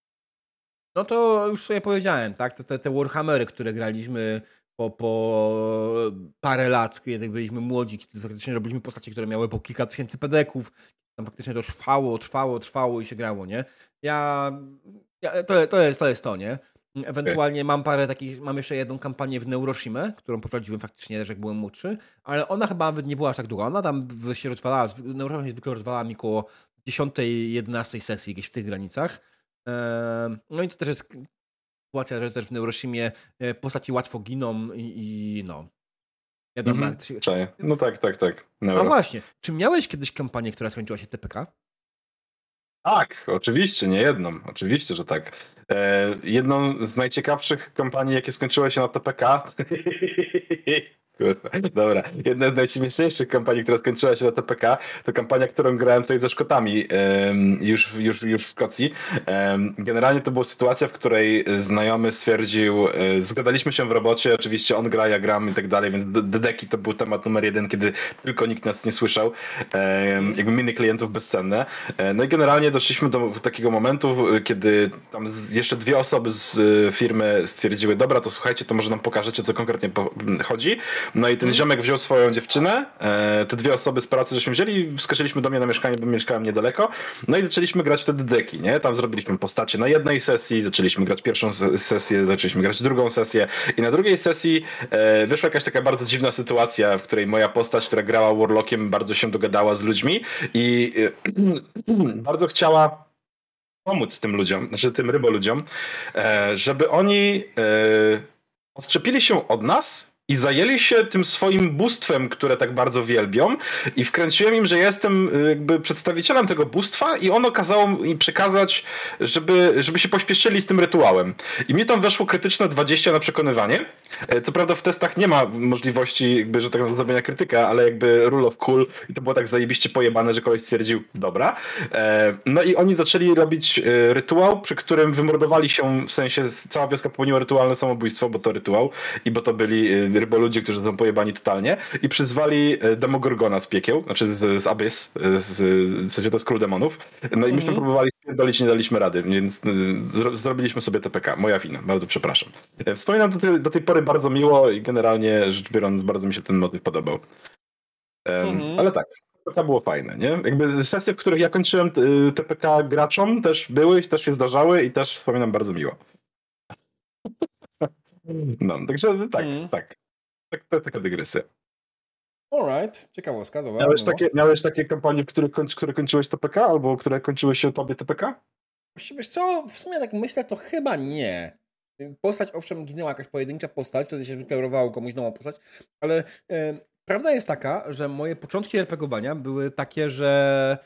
No to już sobie powiedziałem, tak? Te, te Warhammery, które graliśmy po, po parę lat, kiedy byliśmy młodzi, kiedy faktycznie robiliśmy postacie, które miały po kilka tysięcy pedeków. Tam faktycznie to trwało, trwało, trwało i się grało, nie? Ja... ja to, to, jest, to jest to, nie? Ewentualnie okay. mam parę takich... Mam jeszcze jedną kampanię w Neuroshimę, którą prowadziłem faktycznie też jak byłem młodszy, ale ona chyba nawet nie była aż tak długa. Ona tam się rozwalała... Neuroshima się zwykle rozwalała mi koło dziesiątej, jedenastej sesji, gdzieś w tych granicach. E, no i to też jest sytuacja, że też w Neuroshimie e, postaci łatwo giną i, i no. Wiadomo, Mhm. jak to się... Czaję. No tak, tak, tak. A Neuro. właśnie, czy miałeś kiedyś kampanię, która skończyła się T P K? Tak, oczywiście, nie jedną. Oczywiście, że tak. E, jedną z najciekawszych kampanii, jakie skończyły się na T P K. Kurwa, dobra. Jedna z najśmieszniejszych kampanii, która skończyła się na T P K, to kampania, którą grałem tutaj ze Szkotami em, już, już, już w Szkocji. Em, generalnie to była sytuacja, w której znajomy stwierdził, e, zgadaliśmy się w robocie, oczywiście on gra, ja gram i tak dalej, więc D- dedeki to był temat numer jeden, kiedy tylko nikt nas nie słyszał. Em, jakby miny klientów bezcenne. E, No i generalnie doszliśmy do takiego momentu, kiedy tam z- jeszcze dwie osoby z e, firmy stwierdziły, dobra, to słuchajcie, to może nam pokażecie, co konkretnie po- chodzi. No i ten Mhm. ziomek wziął swoją dziewczynę, e, te dwie osoby z pracy żeśmy wzięli, skoczyliśmy do mnie na mieszkanie, bo mieszkałem niedaleko, no i zaczęliśmy grać wtedy deki, nie? Tam zrobiliśmy postacie na jednej sesji, zaczęliśmy grać pierwszą se- sesję, zaczęliśmy grać drugą sesję i na drugiej sesji e, wyszła jakaś taka bardzo dziwna sytuacja, w której moja postać, która grała Warlockiem, bardzo się dogadała z ludźmi i e, bardzo chciała pomóc tym ludziom, znaczy tym ryboludziom, e, żeby oni e, odczepili się od nas i zajęli się tym swoim bóstwem, które tak bardzo wielbią i wkręciłem im, że ja jestem y, jakby przedstawicielem tego bóstwa i ono kazało mi przekazać, żeby, żeby się pośpieszyli z tym rytuałem. I mi tam weszło krytyczne dwadzieścia na przekonywanie. E, Co prawda w testach nie ma możliwości jakby, że tak naprawdę zrobienia krytyka, ale jakby rule of cool i to było tak zajebiście pojebane, że koleś stwierdził, dobra. E, No i oni zaczęli robić e, rytuał, przy którym wymordowali się, w sensie cała wioska popełniła rytualne samobójstwo, bo to rytuał i bo to byli e, ryboludzie, którzy są pojebani totalnie i przyzwali e, Demogorgona z piekieł, znaczy z, z Abyss, e, z, w sensie to z król demonów. No i myśmy Mhm. próbowali spierdolić, nie daliśmy rady, więc e, zro, zrobiliśmy sobie T P K. Moja wina, bardzo przepraszam. E, Wspominam do tej, do tej pory bardzo miło i generalnie rzecz biorąc bardzo mi się ten motyw podobał. Em, Mhm. Ale tak, T P K było fajne, nie? Jakby sesje, w których ja kończyłem y, T P K graczom też były, też się zdarzały i też wspominam bardzo miło. No, także tak, Mhm. tak. Tak, to taka dygresja. Alright, ciekawostka, dobra. Miałeś no. takie, miałeś takie kampanie, w których, końc- które kończyłeś T P K albo które kończyły się tobie T P K? Właściwie, wiesz co, w sumie tak myślę, to chyba nie. Postać, owszem, ginęła jakaś pojedyncza postać, wtedy się wyklerowało komuś nową postać, ale e, prawda jest taka, że moje początki RPGowania były takie, że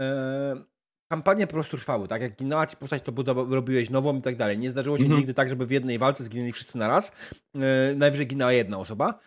e, kampanie po prostu trwały, tak? Jak ginęła ci postać, to budowa- robiłeś nową i tak dalej. Nie zdarzyło się Mhm. nigdy tak, żeby w jednej walce zginęli wszyscy naraz. E, najwyżej ginęła jedna osoba.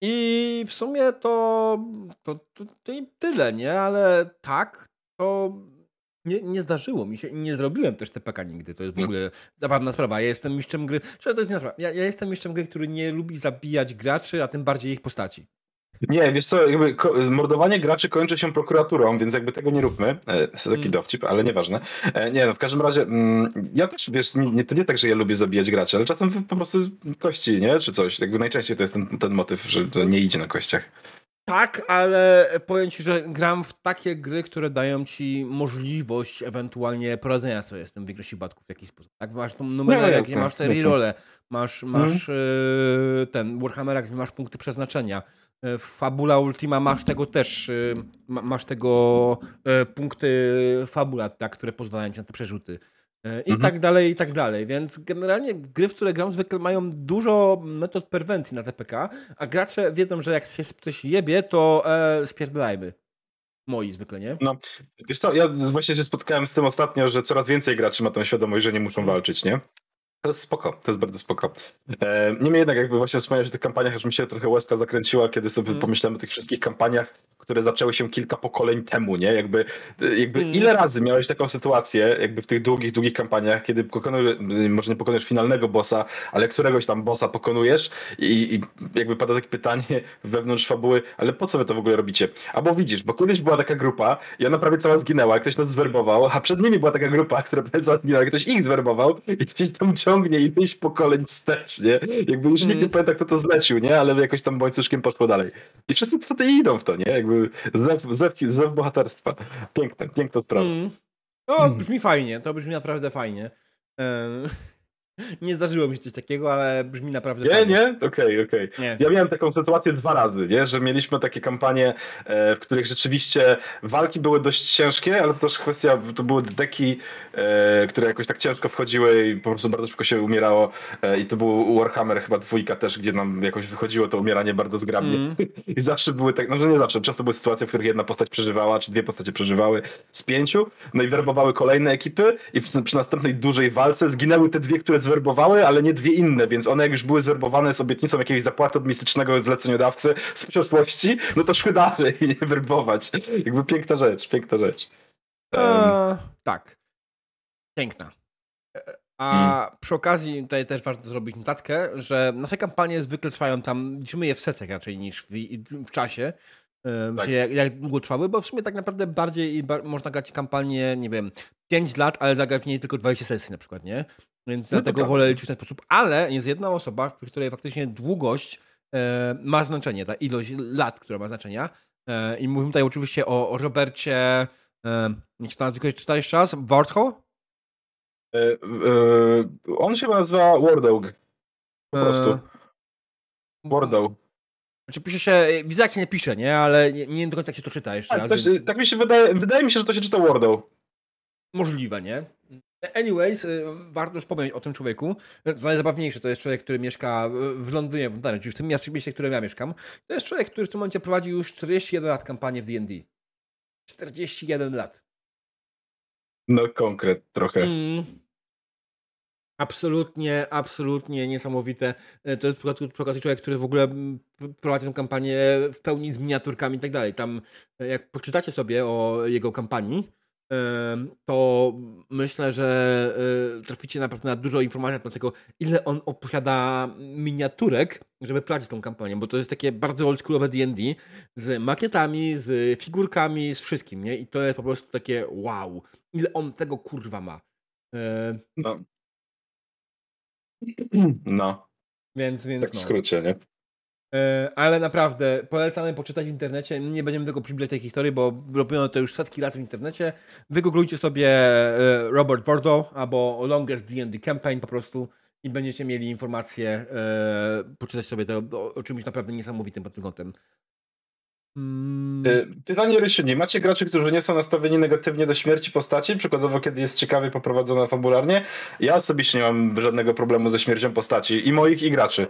I w sumie to, to, to, to i tyle, nie? Ale tak, to nie, nie zdarzyło mi się i nie zrobiłem też T P K nigdy. To jest w ogóle zabawna sprawa. Ja jestem mistrzem gry. Czy to jest nie sprawa? Ja, ja jestem mistrzem gry, który nie lubi zabijać graczy, a tym bardziej ich postaci. Nie, wiesz co, jakby ko- mordowanie graczy kończy się prokuraturą, więc jakby tego nie róbmy. E, to taki Mm. dowcip, ale nieważne. E, nie, no w każdym razie, mm, ja też, wiesz, nie, to nie tak, że ja lubię zabijać graczy, ale czasem po prostu kości, nie? Czy coś. Jakby najczęściej to jest ten, ten motyw, że to nie idzie na kościach. Tak, ale powiem ci, że gram w takie gry, które dają ci możliwość ewentualnie poradzenia sobie z tym w większości przypadków w jakiś sposób. Tak, masz tą numerę, gdzie jasne, masz te jasne. rerole, masz, masz yy, ten Warhammera, gdzie masz punkty przeznaczenia. W Fabula Ultima masz tego też, yy, ma, masz tego yy, punkty fabula, tak, które pozwalają ci na te przerzuty. Yy, I Mhm. tak dalej, i tak dalej. Więc generalnie gry, w które gram, zwykle mają dużo metod perwencji na T P K, a gracze wiedzą, że jak się ktoś jebie, to e, spierdalajmy. Moi zwykle, nie? No, wiesz co, ja właśnie się spotkałem z tym ostatnio, że coraz więcej graczy ma tą świadomość, że nie muszą Mm. walczyć, nie? To jest spoko, to jest bardzo spoko. E, niemniej jednak, jakby właśnie wspomniałeś o tych kampaniach, aż mi się trochę łezka zakręciła, kiedy sobie Mm. pomyślałem o tych wszystkich kampaniach, które zaczęły się kilka pokoleń temu, nie? Jakby, jakby Mm. ile razy miałeś taką sytuację, jakby w tych długich, długich kampaniach, kiedy pokonujesz, może nie pokonujesz finalnego bossa, ale któregoś tam bossa pokonujesz i, i jakby pada takie pytanie wewnątrz fabuły, ale po co wy to w ogóle robicie? Albo widzisz, bo kiedyś była taka grupa i ona prawie cała zginęła, ktoś nas zwerbował, a przed nimi była taka grupa, która prawie cała zginęła, ktoś ich zwerbował i to się tam ciągnie i ileś pokoleń wstecz, nie? Jakby już nikt nie Mm. pamięta, kto to zlecił, nie? Ale jakoś tam łańcuszkiem poszło dalej. I wszyscy tutaj idą w to, nie? Jakby zew, zew, zew bohaterstwa. Piękne, piękna sprawa. Mm. To brzmi fajnie, to brzmi naprawdę fajnie. Em, Nie zdarzyło mi się coś takiego, ale brzmi naprawdę Nie, fajnie. nie? Okej, okej. Nie. Ja miałem taką sytuację dwa razy, nie? Że mieliśmy takie kampanie, e, w których rzeczywiście walki były dość ciężkie, ale to też kwestia, to były deki, e, które jakoś tak ciężko wchodziły i po prostu bardzo szybko się umierało. E, I to był Warhammer chyba dwójka też, gdzie nam jakoś wychodziło to umieranie bardzo zgrabnie. Mm. I zawsze były tak, no że nie zawsze, często były sytuacje, w których jedna postać przeżywała, czy dwie postacie przeżywały z pięciu, no i werbowały kolejne ekipy i przy, przy następnej dużej walce zginęły te dwie, które zwerbowały, ale nie dwie inne, więc one jak już były zwerbowane z obietnicą jakiegoś zapłaty od mistycznego zleceniodawcy z przeszłości, no to szły dalej i nie werbować. Jakby piękna rzecz, piękna rzecz. Um, A, tak. Piękna. E, A przy okazji tutaj też warto zrobić notatkę, że nasze kampanie zwykle trwają tam, liczymy je w setach raczej niż w, w czasie. Um, Tak. jak, jak długo trwały, bo w sumie tak naprawdę bardziej ba można grać kampanię, nie wiem, pięć lat, ale zagrać w niej tylko dwadzieścia sesji na przykład, nie? Więc No to dlatego prawda. wolę liczyć w ten sposób. Ale jest jedna osoba, przy której faktycznie długość e, ma znaczenie, ta ilość lat, która ma znaczenia. E, I mówimy tutaj oczywiście o, o Robercie, e, niech to nazwisko czyta jeszcze raz, Wartho? e, e, on się nazywa Wardog. Po prostu. E, Wardog. Znaczy pisze się, widzę jak się nie pisze, nie? Ale nie, nie do końca jak się to czyta jeszcze Tak, raz, też, więc tak mi się wydaje, wydaje mi się, że to się czyta Wardog. możliwe, nie? Anyways, y, warto wspomnieć o tym człowieku. Co najzabawniejsze, to jest człowiek, który mieszka w Londynie, w Ontario, czyli w tym mieście, w którym ja mieszkam. To jest człowiek, który w tym momencie prowadzi już czterdzieści jeden lat kampanię w D and D. czterdzieści jeden lat. No konkret trochę. Mm. Absolutnie, absolutnie niesamowite. To jest przy okazji człowiek, który w ogóle mm, prowadzi tę kampanię w pełni z miniaturkami i tak dalej. Tam, jak poczytacie sobie o jego kampanii, em, to myślę, że e, traficie naprawdę na dużo informacji na temat tego, ile on posiada miniaturek, żeby prowadzić tą kampanię, bo to jest takie bardzo oldschoolowe D and D z makietami, z figurkami, z wszystkim, nie? I to jest po prostu takie wow, ile on tego kurwa ma. E, No. No, Więc, więc tak w no. skrócie, nie? E, ale naprawdę polecamy poczytać w internecie. Nie będziemy tego przybliżać tej historii, bo robiono to już setki razy w internecie. Wygooglujcie sobie e, Robert Wardo albo Longest D and D Campaign po prostu i będziecie mieli informacje, e, poczytać sobie to o, o czymś naprawdę niesamowitym pod tym kątem. Mm. Y, Pytanie, Rysiu, nie macie graczy, którzy nie są nastawieni negatywnie do śmierci postaci, przykładowo kiedy jest ciekawie poprowadzona fabularnie? Ja osobiście nie mam żadnego problemu ze śmiercią postaci i moich, i graczy.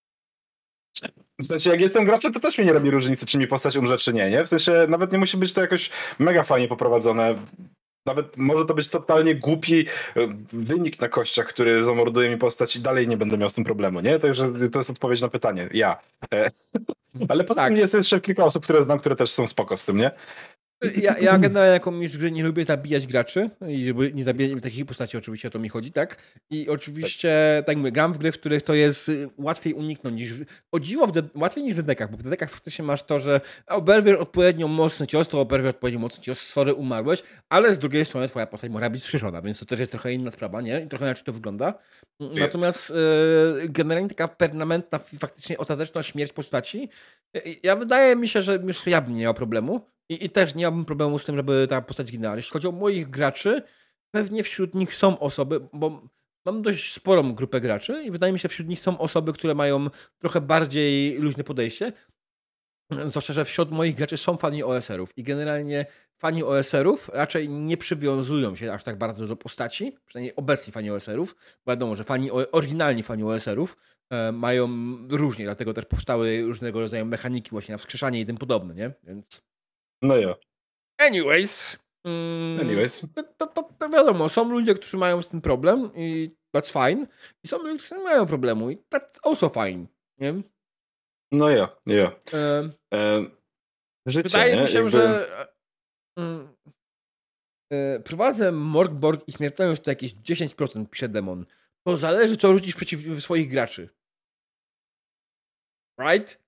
W sensie, jak jestem graczem, to też mi nie robi różnicy, czy mi postać umrze, czy nie, nie? W sensie, nawet nie musi być to jakoś mega fajnie poprowadzone. Nawet może to być totalnie głupi y, wynik na kościach, który zamorduje mi postać i dalej nie będę miał z tym problemu, nie? Także to jest odpowiedź na pytanie. Ja. E, Ale poza Tak. tym jest jeszcze kilka osób, które znam, które też są spoko z tym, nie? Ja, ja generalnie jako mistrz gry nie lubię zabijać graczy i żeby nie zabijać takich postaci, oczywiście o to mi chodzi, tak? I oczywiście, tak, tak mówię, gram w gry, w których to jest y, łatwiej uniknąć niż... O dziwo, w de- łatwiej niż w dedekach, bo w dedekach faktycznie masz to, że oberwiesz odpowiednio mocny cios, to oberwiesz odpowiednio mocny cios, sorry, umarłeś, ale z drugiej strony twoja postać może być wskrzeszona, więc to też jest trochę inna sprawa, nie? I trochę inaczej to wygląda. Jest. Natomiast y, generalnie taka permanentna, faktycznie ostateczna śmierć postaci, y, ja wydaje mi się, że już ja bym nie miał problemu. I, I też nie miałbym problemu z tym, żeby ta postać ginęła. Jeśli chodzi o moich graczy, pewnie wśród nich są osoby, bo mam dość sporą grupę graczy i wydaje mi się, że wśród nich są osoby, które mają trochę bardziej luźne podejście. Zwłaszcza, że wśród moich graczy są fani O S R-ów i generalnie fani O S R-ów raczej nie przywiązują się aż tak bardzo do postaci, przynajmniej obecni fani O S R-ów. Wiadomo, że fani, oryginalni fani O S R-ów e, mają różnie, dlatego też powstały różnego rodzaju mechaniki właśnie na wskrzeszanie i tym podobne, nie? Więc... No ja. Anyways. Mm, Anyways. To, to, to wiadomo, są ludzie, którzy mają z tym problem i that's fine. I są ludzie, którzy nie mają problemu i that's also fine. Nie? No ja, ja. E, E, życie, wydaje nie? mi się, Jakby... że mm, e, prowadzę Morgborg i śmiertelność to jakieś dziesięć procent, pisze Demon. To zależy, co rzucisz przeciw swoich graczy. Right?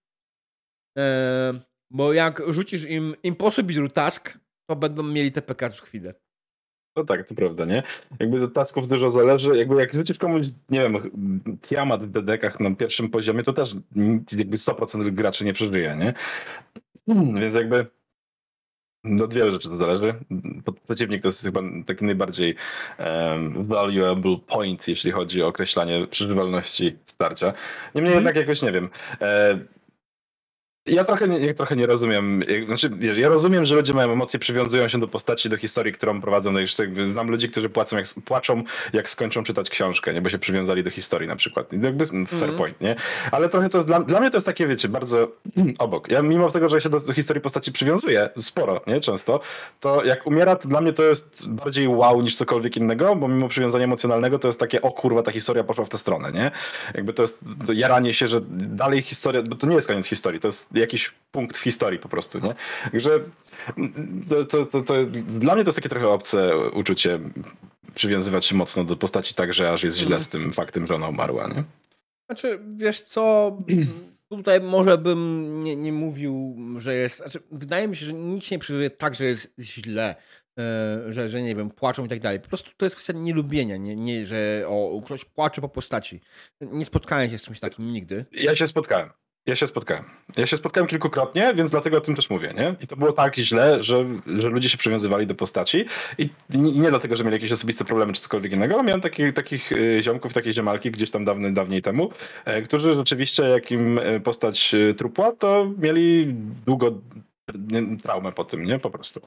e, bo jak rzucisz im Impossible Task, to będą mieli T P K z chwilę. No tak, to prawda, nie? Jakby od tasków dużo zależy. Jakby jak rzucisz komuś, nie wiem, Tiamat w B D K-ach na pierwszym poziomie, to też jakby sto procent graczy nie przeżyje, nie? Więc jakby No od wielu rzeczy to zależy. Przeciwnik to jest chyba taki najbardziej um, valuable point, jeśli chodzi o określanie przeżywalności starcia. Niemniej Mhm. jednak jakoś nie wiem. E, Ja trochę nie, ja trochę nie rozumiem. jak- Znaczy, wiesz, ja rozumiem, że ludzie mają emocje, przywiązują się do postaci, do historii, którą prowadzą. No jeszcze jakby znam ludzi, którzy płacą, jak, płaczą, jak skończą czytać książkę, nie? Bo się przywiązali do historii na przykład. I jakby fair Mhm. point, nie? Ale trochę to jest dla, dla mnie to jest takie, wiecie, bardzo obok. Ja mimo tego, że ja się do, do historii postaci przywiązuję, sporo, nie? Często, to jak umiera, to dla mnie to jest bardziej wow niż cokolwiek innego, bo mimo przywiązania emocjonalnego to jest takie, o kurwa, ta historia poszła w tę stronę, nie? Jakby to jest to jaranie się, że dalej historia, bo to nie jest koniec historii, to jest jakiś punkt w historii po prostu, nie? Także to, to, to, to dla mnie to jest takie trochę obce uczucie przywiązywać się mocno do postaci tak, że aż jest źle Mhm. z tym faktem, że ona umarła, nie? Znaczy, wiesz co, tutaj może bym nie, nie mówił, że jest, znaczy, wydaje mi się, że nic nie przewiduje tak, że jest źle, e, że, że nie wiem, płaczą i tak dalej. Po prostu to jest kwestia nielubienia, nie, nie że o, ktoś płacze po postaci. Nie spotkałem się z czymś takim nigdy. Ja się spotkałem. Ja się spotkałem. Ja się spotkałem kilkukrotnie, więc dlatego o tym też mówię, nie? I to było tak źle, że, że ludzie się przywiązywali do postaci i nie, nie dlatego, że mieli jakieś osobiste problemy czy cokolwiek innego, ale miałem taki, takich y, ziomków, takie ziomalki gdzieś tam dawny, dawniej temu, e, którzy rzeczywiście jak im e, postać e, trupła, to mieli długo nie, traumę po tym, nie? Po prostu.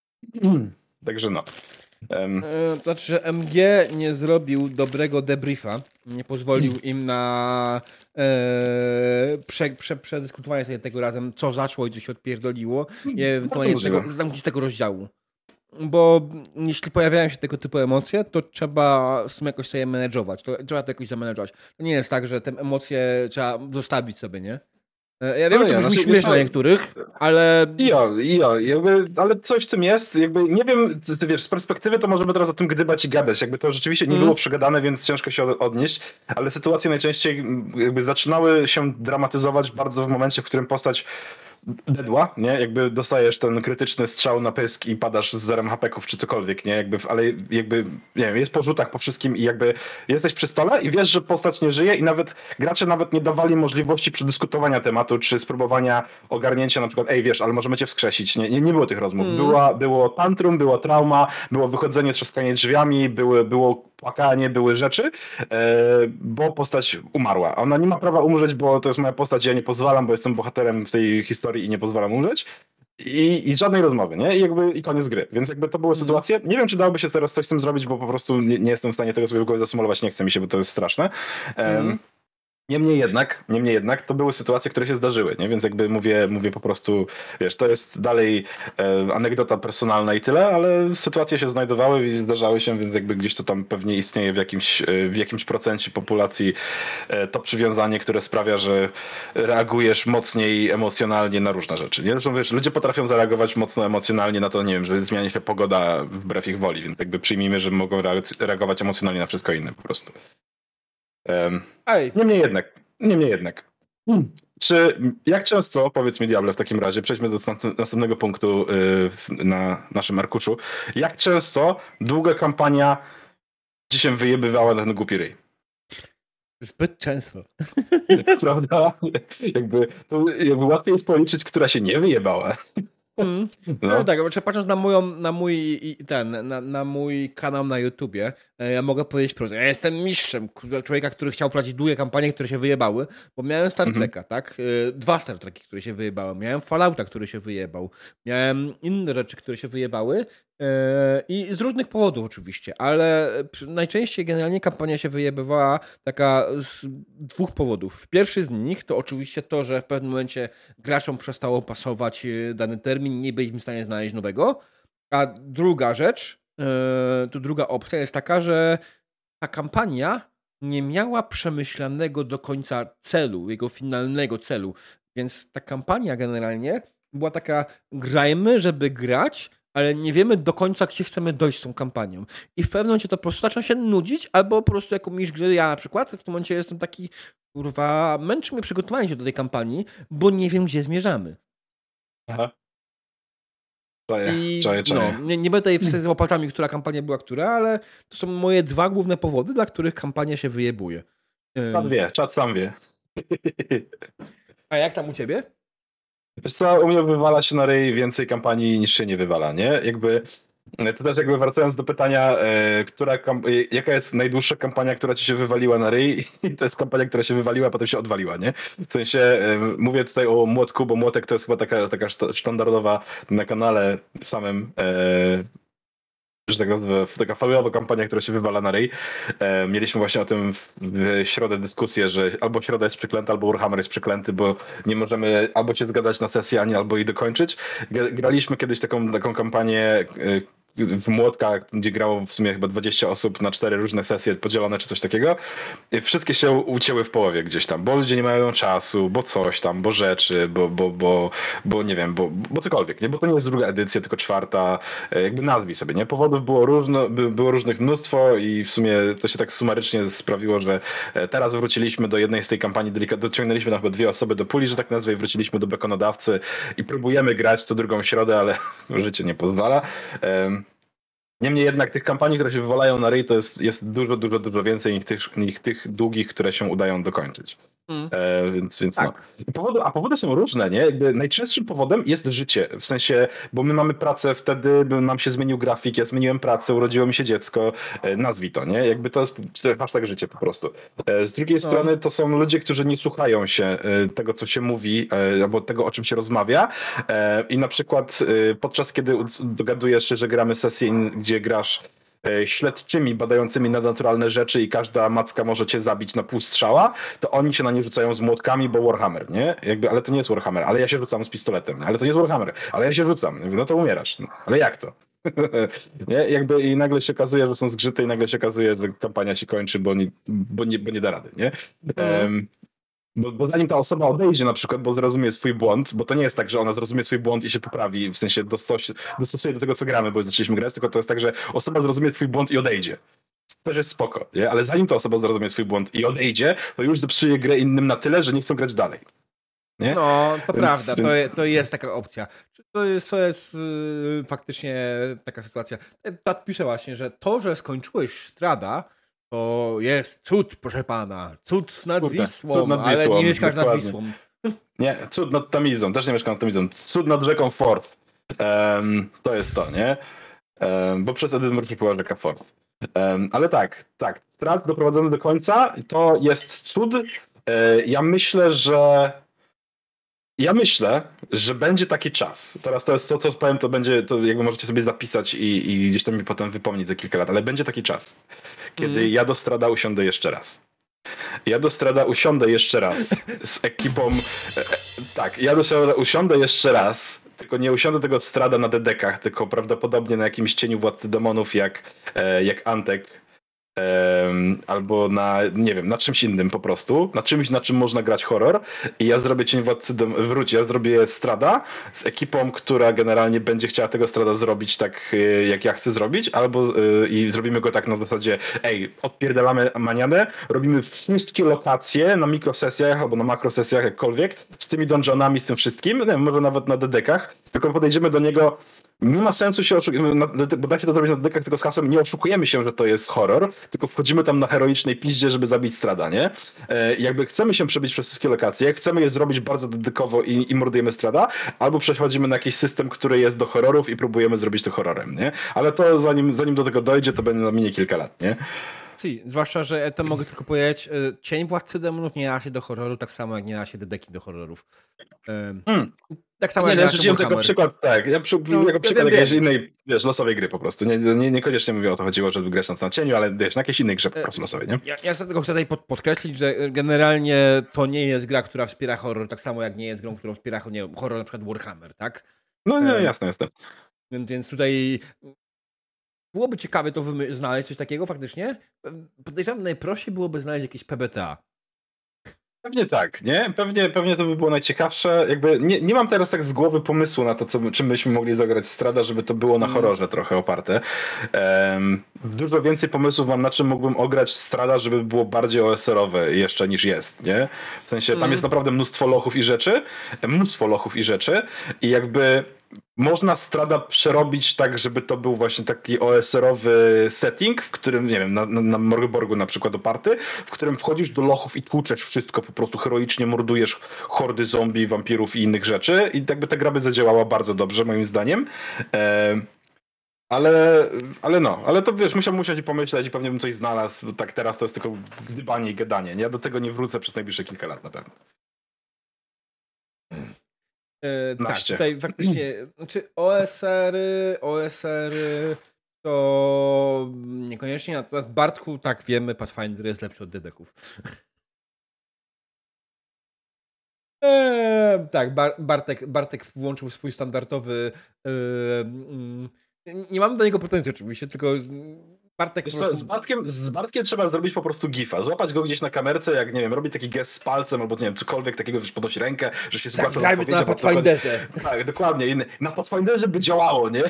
Także no. Em, E, to znaczy, że M G nie zrobił dobrego debriefa, nie pozwolił im na e, prze, prze, przedyskutowanie sobie tego razem, co zaszło i co się odpierdoliło, i ewentualnie możliwe. tego, zamknięcie tego rozdziału. Bo jeśli pojawiają się tego typu emocje, to trzeba w sumie jakoś sobie menedżować. To, trzeba to jakoś zamanedżować. To nie jest tak, że te emocje trzeba zostawić sobie, nie? E, Ja wiem, No że to nie, brzmi znaczy, śmiesznie dla wiesz co, niektórych, ale Ja, ja, jakby, ale coś w tym jest, jakby nie wiem, ty, ty wiesz, z perspektywy to możemy teraz o tym gdybać i gadać, jakby to rzeczywiście nie Mm. było przegadane, więc ciężko się od- odnieść, ale sytuacje najczęściej m, jakby zaczynały się dramatyzować bardzo w momencie, w którym postać dedła, nie? Jakby dostajesz ten krytyczny strzał na pysk i padasz z zerem hapeków czy cokolwiek, nie? Jakby, ale jakby, nie wiem, jest po rzutach po wszystkim i jakby jesteś przy stole i wiesz, że postać nie żyje i nawet gracze nawet nie dawali możliwości przedyskutowania tematu, czy spróbowania ogarnięcia na przykład, ej, wiesz, ale możemy cię wskrzesić. Nie, nie, nie było tych rozmów. Mm. Była, było tantrum, było trauma, było wychodzenie, trzaskanie drzwiami, były, było płakanie, były rzeczy, e, bo postać umarła. Ona nie ma prawa umrzeć, bo to jest moja postać, ja nie pozwalam, bo jestem bohaterem w tej historii i nie pozwalam umrzeć. I, I żadnej rozmowy, nie? I jakby i koniec gry. Więc jakby to były Mhm. sytuacje. Nie wiem, czy dałoby się teraz coś z tym zrobić, bo po prostu nie, nie jestem w stanie tego sobie w głowie zasymulować, nie chce mi się, bo to jest straszne. Em, Mhm. Niemniej jednak, niemniej jednak to były sytuacje, które się zdarzyły, nie? Więc jakby mówię, mówię po prostu, wiesz, to jest dalej e, anegdota personalna i tyle, ale sytuacje się znajdowały i zdarzały się, więc jakby gdzieś to tam pewnie istnieje w jakimś, e, w jakimś procencie populacji e, to przywiązanie, które sprawia, że reagujesz mocniej emocjonalnie na różne rzeczy. Nie? Zresztą wiesz, ludzie potrafią zareagować mocno emocjonalnie na to, nie wiem, że zmieni się pogoda wbrew ich woli, więc jakby przyjmijmy, że mogą reac- reagować emocjonalnie na wszystko inne po prostu. Em, Ej, Niemniej jednak, niemniej jednak. Hmm. Czy, jak często, powiedz mi Diable w takim razie, przejdźmy do następ- następnego punktu y, w- na naszym arkuszu, jak często długa kampania ci się wyjebywała na ten głupi ryj? zbyt często. Prawda? Jakby, to jakby łatwiej jest policzyć, która się nie wyjebała. Mm. No, No. tak, znaczy patrząc na moją, na mój i ten, na, na mój kanał na YouTubie, e, ja mogę powiedzieć prosto, ja jestem mistrzem k- człowieka, który chciał prowadzić długie kampanie, które się wyjebały, bo miałem Star Mhm. Treka, tak? E, Dwa Star Treki, które się wyjebały. Miałem Fallouta, który się wyjebał. Miałem inne rzeczy, które się wyjebały e, i z różnych powodów oczywiście, ale przy- najczęściej generalnie kampania się wyjebywała taka z dwóch powodów. Pierwszy z nich to oczywiście to, że w pewnym momencie graczom przestało pasować e, dany termin, nie byliśmy w stanie znaleźć nowego. A druga rzecz, e, tu druga opcja jest taka, że ta kampania nie miała przemyślanego do końca celu, jego finalnego celu. Więc ta kampania generalnie była taka, grajmy, żeby grać, ale nie wiemy do końca, gdzie chcemy dojść z tą kampanią. I w pewnym momencie to po prostu zaczyna się nudzić, albo po prostu jako mistrz gry, ja na przykład w tym momencie jestem taki, kurwa, męczy mnie przygotowanie się do tej kampanii, bo nie wiem, gdzie zmierzamy. Aha. Czaję, I czaję, no, czaję. nie, nie będę tutaj wskazywał palcami, która kampania była która, ale to są moje dwa główne powody, dla których kampania się wyjebuje. Ym, Czat wie, czat sam wie. A jak tam u ciebie? Wiesz co, u mnie wywala się na ryj więcej kampanii niż się nie wywala, nie? Jakby, to też jakby wracając do pytania, e, która kamp- e, jaka jest najdłuższa kampania, która ci się wywaliła na ryj? I to jest kampania, która się wywaliła, a potem się odwaliła, nie? W sensie, e, mówię tutaj o Młotku, bo Młotek to jest chyba taka, taka szta- sztandarowa na kanale samym, e, że taka, taka fabulowa kampania, która się wywala na ryj. E, mieliśmy właśnie o tym w, w środę dyskusję, że albo Środa jest przeklęta, albo Warhammer jest przeklęty, bo nie możemy albo się zgadać na sesję, ani albo jej dokończyć. G- Graliśmy kiedyś taką, taką kampanię e, w Młotkach, gdzie grało w sumie chyba dwadzieścia osób na cztery różne sesje podzielone, czy coś takiego. I wszystkie się ucięły w połowie gdzieś tam, bo ludzie nie mają czasu, bo coś tam, bo rzeczy, bo, bo, bo, bo nie wiem, bo, bo cokolwiek, nie? Bo to nie jest druga edycja, tylko czwarta, e, jakby nazwij sobie, nie? Powodów było, różno, by- było różnych mnóstwo i w sumie to się tak sumarycznie sprawiło, że e, teraz wróciliśmy do jednej z tej kampanii, delika- dociągnęliśmy na chyba dwie osoby do puli, że tak nazwę, i wróciliśmy do bekonodawcy i próbujemy grać co drugą środę, ale życie nie pozwala. Em, Niemniej jednak tych kampanii, które się wywalają na ryj, to jest, jest dużo, dużo, dużo więcej niż tych, niż tych długich, które się udają dokończyć. Mm. E, więc więc Tak. no. I powody, a powody są różne, nie? Jakby najczęstszym powodem jest życie. W sensie, bo my mamy pracę wtedy, by nam się zmienił grafik, ja zmieniłem pracę, urodziło mi się dziecko, e, nazwij to, nie? Jakby to jest hashtag życie po prostu. E, z drugiej No. strony to są ludzie, którzy nie słuchają się e, tego, co się mówi, e, albo tego, o czym się rozmawia. E, I na przykład e, podczas kiedy u- dogadujesz się, że gramy sesję, in- gdzie grasz e, śledczymi badającymi nadnaturalne rzeczy i każda macka może cię zabić na pół strzała, to oni się na nie rzucają z młotkami, bo Warhammer, nie? Jakby, ale to nie jest Warhammer, ale ja się rzucam z pistoletem, ale to nie jest Warhammer, ale ja się rzucam. Mówię, no to umierasz. No, ale jak to? Nie? Jakby i nagle się okazuje, że są zgrzyty i nagle się okazuje, że kampania się kończy, bo nie, bo nie, bo nie da rady, nie? Mhm. Em, bo, bo zanim ta osoba odejdzie na przykład, bo zrozumie swój błąd, bo to nie jest tak, że ona zrozumie swój błąd i się poprawi, w sensie dostos- dostosuje do tego, co gramy, bo zaczęliśmy grać, tylko to jest tak, że osoba zrozumie swój błąd i odejdzie. To też jest spoko, nie? Ale zanim ta osoba zrozumie swój błąd i odejdzie, to już zepsuje grę innym na tyle, że nie chcą grać dalej. Nie? No, to Więc- prawda, więc- to, je, to jest taka opcja. Czy To jest, to jest yy, faktycznie taka sytuacja. Pat pisze właśnie, że to, że skończyłeś Strada, to jest cud, proszę pana. Cud nad Kurde, Wisłą, cud nad ale Wisłą, nie mieszkasz nad dokładnie. Wisłą. Nie, cud nad Tamizą, też nie mieszkam nad Tamizą. Cud nad rzeką Forth. Em, to jest to, nie? Em, bo przez Edynburg przypływa rzeka Forth. Em, ale tak, tak. Strat doprowadzony do końca to jest cud. E, ja myślę, że ja myślę, że będzie taki czas. Teraz to jest to, co powiem, to będzie, to jakby możecie sobie zapisać i, i gdzieś tam mi potem wypomnieć za kilka lat, ale będzie taki czas, kiedy Mm. ja do Strada usiądę jeszcze raz. Ja do Strada usiądę jeszcze raz z ekipą. E, e, tak, ja do Strada usiądę jeszcze raz, tylko nie usiądę tego Strada na dedekach, tylko prawdopodobnie na jakimś cieniu Władcy Demonów, jak, e, jak Antek. Em, albo na, nie wiem, na czymś innym po prostu, na czymś, na czym można grać horror i ja zrobię Cień Władcy Dem- wróć, ja zrobię Strada z ekipą, która generalnie będzie chciała tego Strada zrobić tak, y, jak ja chcę zrobić, albo y, i zrobimy go tak na zasadzie, ej, odpierdalamy manianę, robimy wszystkie lokacje na mikrosesjach albo na makrosesjach, jakkolwiek, z tymi dungeonami, z tym wszystkim, nie wiem, może nawet na dedekach, tylko podejdziemy do niego. Nie ma sensu się oszukiwać, bo da się to zrobić na dedekach tylko z hasłem, nie oszukujemy się, że to jest horror, tylko wchodzimy tam na heroicznej piździe, żeby zabić Strada, nie? E, jakby chcemy się przebić przez wszystkie lokacje, chcemy je zrobić bardzo dedykowo i, i mordujemy Strada, albo przechodzimy na jakiś system, który jest do horrorów i próbujemy zrobić to horrorem, nie? Ale to zanim, zanim do tego dojdzie, to będzie na minie kilka lat, nie? Si, zwłaszcza, że ja tam mogę tylko powiedzieć, y, Cień Władcy Demonów nie da się do horroru, tak samo jak nie da się dedeki do horrorów. Ym, Hmm. Tak samo Nie, jak nie, nie da się rzuciłem tylko Warhammer. przykład, tak, ja przy, No, jako ja przykład wiem, jakiejś wiem. innej, wiesz, losowej gry po prostu. Nie, nie, niekoniecznie mówię o to chodziło, żeby grać na cieniu, ale wiesz, na jakiejś innej grze po prostu losowej, nie? Ja, ja tylko chcę tutaj pod, podkreślić, że generalnie to nie jest gra, która wspiera horror, tak samo jak nie jest grą, którą wspiera nie wiem, horror na przykład Warhammer, tak? No nie, E, jasne, jasne. Więc, więc tutaj byłoby ciekawe to wymy- znaleźć, coś takiego faktycznie. Podejrzewam, najprościej byłoby znaleźć jakieś P B T A. Pewnie tak, nie? Pewnie, pewnie to by było najciekawsze. Jakby nie, nie mam teraz tak z głowy pomysłu na to, co, czym byśmy mogli zagrać Strada, żeby to było na Mm. horrorze trochę oparte. Um, dużo więcej pomysłów mam, na czym mógłbym ograć Strada, żeby było bardziej O S R-owe jeszcze niż jest, nie? W sensie tam Mm. jest naprawdę mnóstwo lochów i rzeczy, mnóstwo lochów i rzeczy i jakby można Strada przerobić tak, żeby to był właśnie taki O S R-owy setting, w którym, nie wiem, na, na, na Morgborgu na przykład oparty, w którym wchodzisz do lochów i tłuczesz wszystko, po prostu heroicznie mordujesz hordy zombie, wampirów i innych rzeczy i jakby ta gra by zadziałała bardzo dobrze, moim zdaniem. E, ale, ale no, ale to wiesz, musiałbym musieć pomyśleć i pewnie bym coś znalazł, bo tak teraz to jest tylko gdybanie i gadanie, nie? Ja do tego nie wrócę przez najbliższe kilka lat na pewno. E, tak, tutaj faktycznie, znaczy O S R-y, O S R-y to niekoniecznie, natomiast Bartku, tak wiemy, Pathfinder jest lepszy od dedeków. Eee, tak, Bar Bartek, Bartek włączył swój standardowy. Yy, yy, nie mam do niego pretensji oczywiście, tylko Bartek. Wiesz po prostu... co, z, Bartkiem, z Bartkiem trzeba zrobić po prostu gifa. Złapać go gdzieś na kamerce, jak nie wiem, robi taki gest z palcem albo nie wiem, cokolwiek takiego, wiesz, podnosi rękę, że się zgłasza. Zagrajmy to na Pathfinderze. Tak, dokładnie. I na Pathfinderze by działało, nie?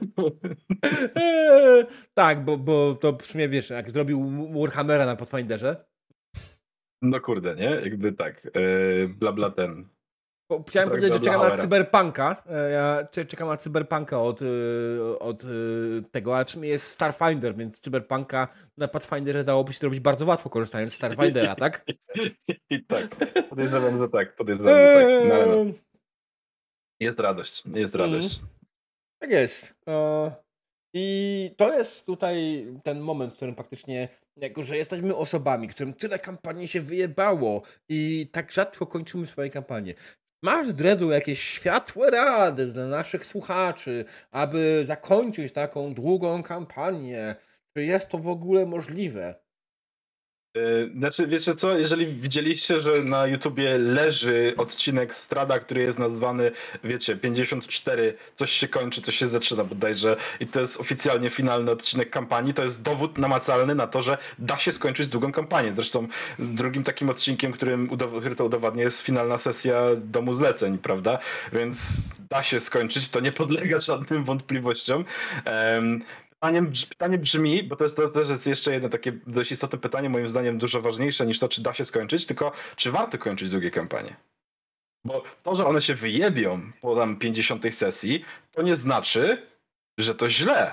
Eee, tak, bo, bo to w sumie wiesz, jak zrobił Warhammera na Pathfinderze. No kurde, nie? Jakby tak. Yy, bla bla ten. Bo chciałem powiedzieć, że czekam na Cyberpunka. Ja czekam na Cyberpunka od, od tego, ale w sumie jest Starfinder, więc Cyberpunka na Pathfinderze dałoby się to robić bardzo łatwo, korzystając z Starfindera, tak? I tak. Podejrzewam, że tak. Podejrzewam, że tak. No, ale no. Jest radość. Jest radość. Mm. Tak jest. O... I to jest tutaj ten moment, w którym faktycznie, jako że jesteśmy osobami, którym tyle kampanii się wyjebało i tak rzadko kończymy swoje kampanie. Masz, Dredu, jakieś światłe rady dla naszych słuchaczy, aby zakończyć taką długą kampanię? Czy jest to w ogóle możliwe? Znaczy, wiecie co, jeżeli widzieliście, że na YouTubie leży odcinek Strada, który jest nazwany, wiecie, pięćdziesiąt cztery, coś się kończy, coś się zaczyna bodajże i to jest oficjalnie finalny odcinek kampanii, to jest dowód namacalny na to, że da się skończyć długą kampanię. Zresztą drugim takim odcinkiem, którym który to udowadnia, jest finalna sesja Domu Zleceń, prawda? Więc da się skończyć, to nie podlega żadnym wątpliwościom. Um, Pytanie, pytanie brzmi, bo to jest, to też jest jeszcze jedno takie dość istotne pytanie, moim zdaniem dużo ważniejsze niż to, czy da się skończyć, tylko czy warto kończyć długie kampanie. Bo to, że one się wyjebią po tam pięćdziesiątej sesji, to nie znaczy, że to źle.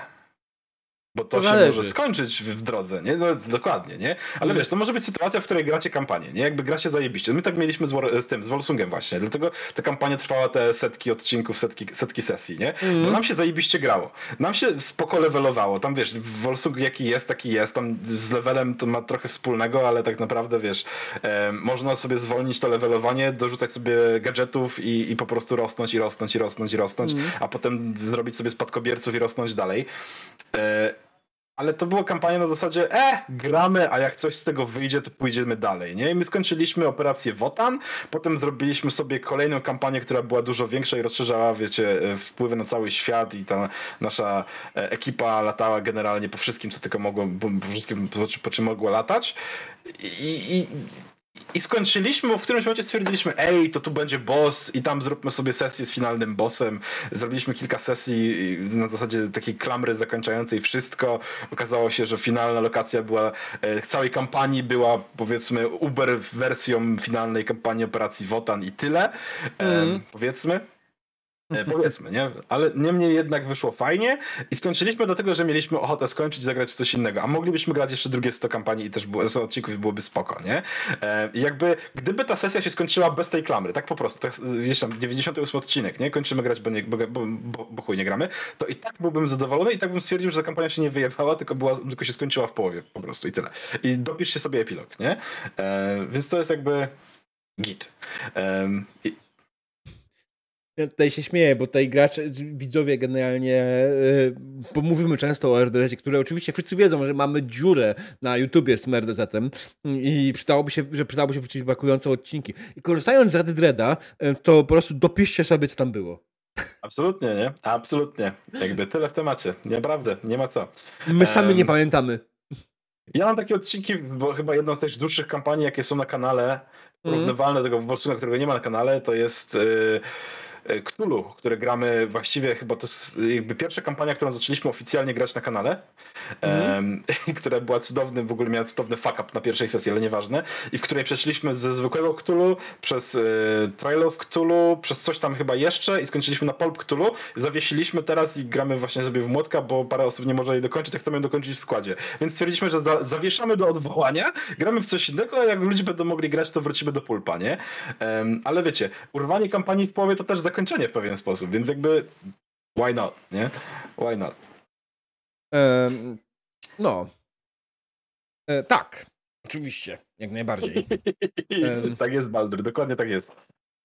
Bo to, to się należy. Może skończyć w drodze, nie? No, dokładnie, nie? Ale mm. wiesz, to może być sytuacja, w której gracie kampanię, nie? Jakby gra się zajebiście. My tak mieliśmy z, War, z tym, z Wolfsungiem właśnie, dlatego ta kampania trwała te setki odcinków, setki, setki sesji, nie? Mm. Bo nam się zajebiście grało. Nam się spoko levelowało. Tam wiesz, Wolfsung jaki jest, taki jest. Tam z levelem to ma trochę wspólnego, ale tak naprawdę wiesz, e, można sobie zwolnić to levelowanie, dorzucać sobie gadżetów i, i po prostu rosnąć i rosnąć i rosnąć i rosnąć, mm. a potem zrobić sobie spadkobierców i rosnąć dalej. E, Ale to była kampania na zasadzie, e, gramy, a jak coś z tego wyjdzie, to pójdziemy dalej, nie? I my skończyliśmy operację Wotan, potem zrobiliśmy sobie kolejną kampanię, która była dużo większa i rozszerzała, wiecie, wpływy na cały świat i ta nasza ekipa latała generalnie po wszystkim, co tylko mogło, po wszystkim, po, po czym mogło latać. I, i I skończyliśmy, bo w którymś momencie stwierdziliśmy, ej, to tu będzie boss i tam zróbmy sobie sesję z finalnym bossem. Zrobiliśmy kilka sesji na zasadzie takiej klamry zakończającej wszystko. Okazało się, że finalna lokacja była, e, całej kampanii była, powiedzmy, Uber wersją finalnej kampanii operacji Wotan i tyle, e, mm. powiedzmy. E, powiedzmy, nie? Ale niemniej jednak wyszło fajnie i skończyliśmy do tego, że mieliśmy ochotę skończyć i zagrać w coś innego, a moglibyśmy grać jeszcze drugie sto kampanii i też było, sto odcinków i byłoby spoko, nie? E, jakby, gdyby ta sesja się skończyła bez tej klamry, tak po prostu, tak, gdzieś tam dziewięćdziesiąty ósmy odcinek, nie? Kończymy grać, bo, nie, bo, bo, bo, bo chuj nie gramy, to i tak byłbym zadowolony i tak bym stwierdził, że ta kampania się nie wyjechała, tylko, była, tylko się skończyła w połowie po prostu i tyle. I dopiszcie sobie epilog, nie? E, więc to jest jakby git. E, i, Ja tutaj się śmieję, bo tutaj gracze, widzowie generalnie, yy, bo mówimy często o R D Z-ie, które oczywiście wszyscy wiedzą, że mamy dziurę na YouTubie z tym R D Z-em i przydałoby się, że przydałoby się wrócić brakujące odcinki. I korzystając z Rady Dreda, yy, to po prostu dopiszcie sobie, co tam było. Absolutnie, nie? Absolutnie. Jakby tyle w temacie. Naprawdę, nie ma co. My sami um, nie pamiętamy. Ja mam takie odcinki, bo chyba jedna z tych dłuższych kampanii, jakie są na kanale, porównywalne mm. do tego Wolfsunga, którego nie ma na kanale, to jest... Yy, Cthulhu, które gramy właściwie chyba to jest jakby pierwsza kampania, którą zaczęliśmy oficjalnie grać na kanale, mm. która była cudownym, w ogóle miała cudowny fuck up na pierwszej sesji, ale nieważne, i w której przeszliśmy ze zwykłego Cthulhu przez y, Trail of Cthulhu, przez coś tam chyba jeszcze i skończyliśmy na Pulp Cthulhu, zawiesiliśmy teraz i gramy właśnie sobie w młotka, bo parę osób nie może jej dokończyć, jak chcemy ją dokończyć w składzie. Więc stwierdziliśmy, że za, zawieszamy do odwołania, gramy w coś innego, a jak ludzie będą mogli grać, to wrócimy do pulpa, nie? Um, ale wiecie, urwanie kampanii w połowie to też zakończenie w pewien sposób, więc jakby why not, nie? Why not? Um, no. E, tak, oczywiście, jak najbardziej. um, tak jest, Baldur, dokładnie tak jest.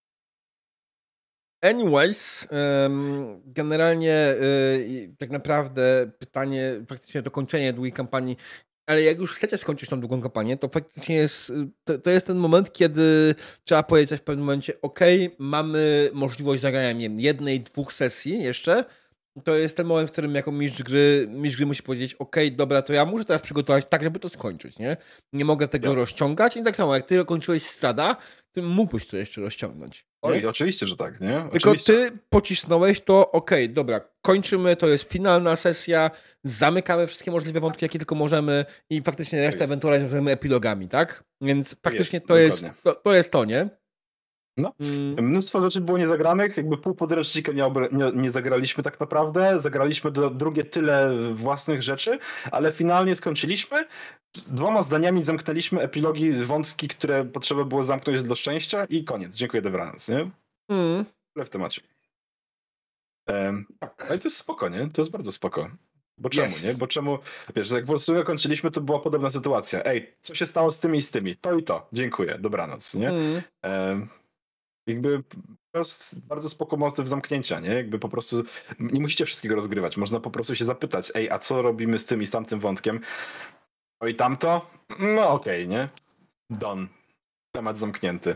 Anyways, um, generalnie y, tak naprawdę pytanie, faktycznie dokończenie długiej kampanii, ale jak już chcecie skończyć tą długą kampanię, to faktycznie jest, to, to jest ten moment, kiedy trzeba powiedzieć w pewnym momencie, ok, mamy możliwość zagrania nie wiem, jednej, dwóch sesji jeszcze. To jest ten moment, w którym jako mistrz gry, mistrz gry musi powiedzieć, ok, dobra, to ja muszę teraz przygotować tak, żeby to skończyć, nie? Nie mogę tego ja. rozciągać i tak samo, jak ty kończyłeś Strada, ty mógłbyś to jeszcze rozciągnąć. Nie? Oj, oczywiście, że tak, nie? Tylko oczywiście. ty pocisnąłeś to, ok, dobra, kończymy, to jest finalna sesja, zamykamy wszystkie możliwe wątki, jakie tylko możemy i faktycznie resztę ewentualnie nazwiemy epilogami, tak? Więc faktycznie jest, to, jest, to, to jest to, nie? No, mm. mnóstwo rzeczy było niezagranych, jakby pół podręcznika nie, nie, nie zagraliśmy tak naprawdę, zagraliśmy do, drugie tyle własnych rzeczy, ale finalnie skończyliśmy, dwoma zdaniami zamknęliśmy epilogi, wątki, które potrzeba było zamknąć do szczęścia i koniec, dziękuję, dobranoc, nie? Mm. Tyle w temacie. Um, tak. Ale to jest spoko, nie? To jest bardzo spoko. Bo czemu, yes. nie? Bo czemu, wiesz, jak Wolfsburga kończyliśmy, to była podobna sytuacja. Ej, co się stało z tymi i z tymi? To i to, dziękuję, dobranoc, nie? Mm. Um, Jakby to jest bardzo spoko motyw zamknięcia, nie? Jakby po prostu nie musicie wszystkiego rozgrywać. Można po prostu się zapytać, ej, a co robimy z tym i z tamtym wątkiem? O i tamto? No okej, okay, nie? Done. Temat zamknięty.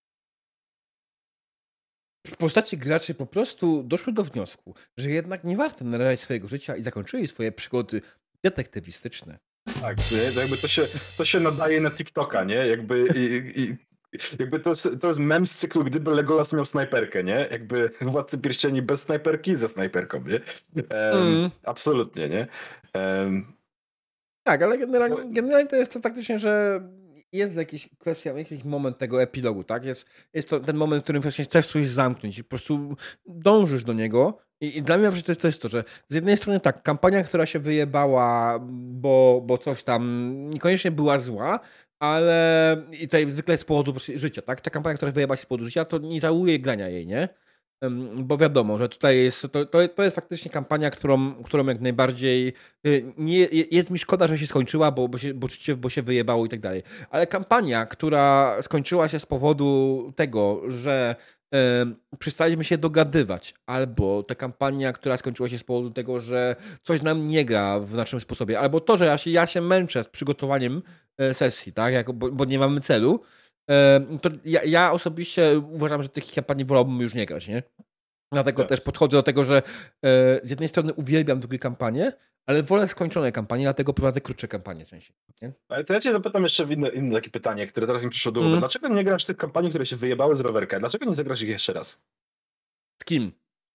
W postaci graczy po prostu doszły do wniosku, że jednak nie warto narażać swojego życia i zakończyli swoje przygody detektywistyczne. Tak, nie? To jakby to się, to się nadaje na TikToka, nie? Jakby i, i... Jakby to jest, to jest mem z cyklu, gdyby Legolas miał snajperkę, nie? Jakby Władcy Pierścieni bez snajperki, ze snajperką, nie? Um, mm. Absolutnie, nie? Um. Tak, ale generalnie, generalnie to jest to faktycznie, że jest jakiś kwestia, jakiś moment tego epilogu, tak? Jest, jest to ten moment, w którym właśnie chcesz coś zamknąć i po prostu dążysz do niego. I, i dla mnie to jest, to jest to, że z jednej strony tak, kampania, która się wyjebała, bo, bo coś tam niekoniecznie była zła, ale i tutaj zwykle z powodu życia, tak? Ta kampania, która wyjeba się z powodu życia, to nie żałuje grania jej, nie? Bo wiadomo, że tutaj jest, to, to, to jest faktycznie kampania, którą, którą jak najbardziej nie, jest mi szkoda, że się skończyła, bo, bo, się, bo, bo się wyjebało i tak dalej. Ale kampania, która skończyła się z powodu tego, że e, przestaliśmy się dogadywać, albo ta kampania, która skończyła się z powodu tego, że coś nam nie gra w naszym sposobie, albo to, że ja się, ja się męczę z przygotowaniem sesji, tak? Jako, bo, bo nie mamy celu, to ja, ja osobiście uważam, że tych kampanii wolałbym już nie grać, nie? Dlatego tak. też podchodzę do tego, że z jednej strony uwielbiam długie kampanie, ale wolę skończone kampanie, dlatego prowadzę krótsze kampanie częściej. Nie? Ale to ja cię zapytam jeszcze w inne, inne takie pytanie, które teraz mi przyszło do głowy. Mm. Dlaczego nie grasz tych kampanii, które się wyjebały z rowerka? Dlaczego nie zagrasz ich jeszcze raz? Z kim?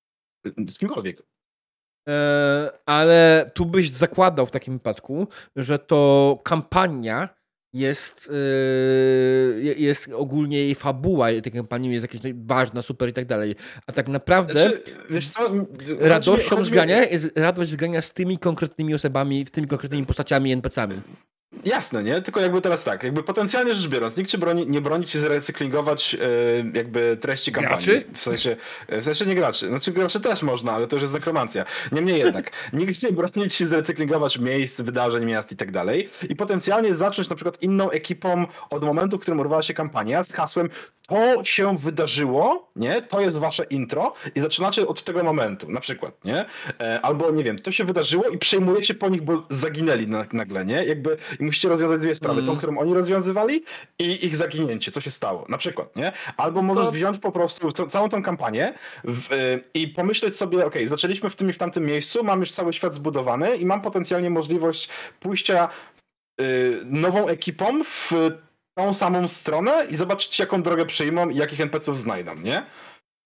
Z kimkolwiek. E, ale tu byś zakładał w takim wypadku, że to kampania jest, yy, jest ogólnie jej fabuła tej kampanii jest jakaś ważna, super i tak dalej. A tak naprawdę znaczy, wiesz co, radością chodzi, z grania jest radość z grania z tymi konkretnymi osobami, z tymi konkretnymi postaciami i en pe ce ami. Jasne, nie? Tylko jakby teraz tak, jakby potencjalnie rzecz biorąc, nikt cię broni, nie broni ci zrecyklingować yy, jakby treści kampanii. Graczy? W sensie, w sensie nie graczy. Znaczy graczy też można, ale to już jest nekromancja. Niemniej jednak, nikt nie broni ci zrecyklingować miejsc, wydarzeń, miast i tak dalej i potencjalnie zacząć na przykład inną ekipą od momentu, w którym urwała się kampania z hasłem to się wydarzyło, nie? To jest wasze intro i zaczynacie od tego momentu, na przykład, nie? Albo, nie wiem, to się wydarzyło i przejmujecie po nich, bo zaginęli nagle, nie? Jakby i musicie rozwiązać dwie sprawy. Mm. Tą, którą oni rozwiązywali i ich zaginięcie, co się stało, na przykład, nie? Albo możesz to... wziąć po prostu to, całą tą kampanię w, y, i pomyśleć sobie, ok, zaczęliśmy w tym i w tamtym miejscu, mam już cały świat zbudowany i mam potencjalnie możliwość pójścia y, nową ekipą w tą samą stronę i zobaczyć, jaką drogę przyjmą i jakich en pe ce ów znajdą, nie?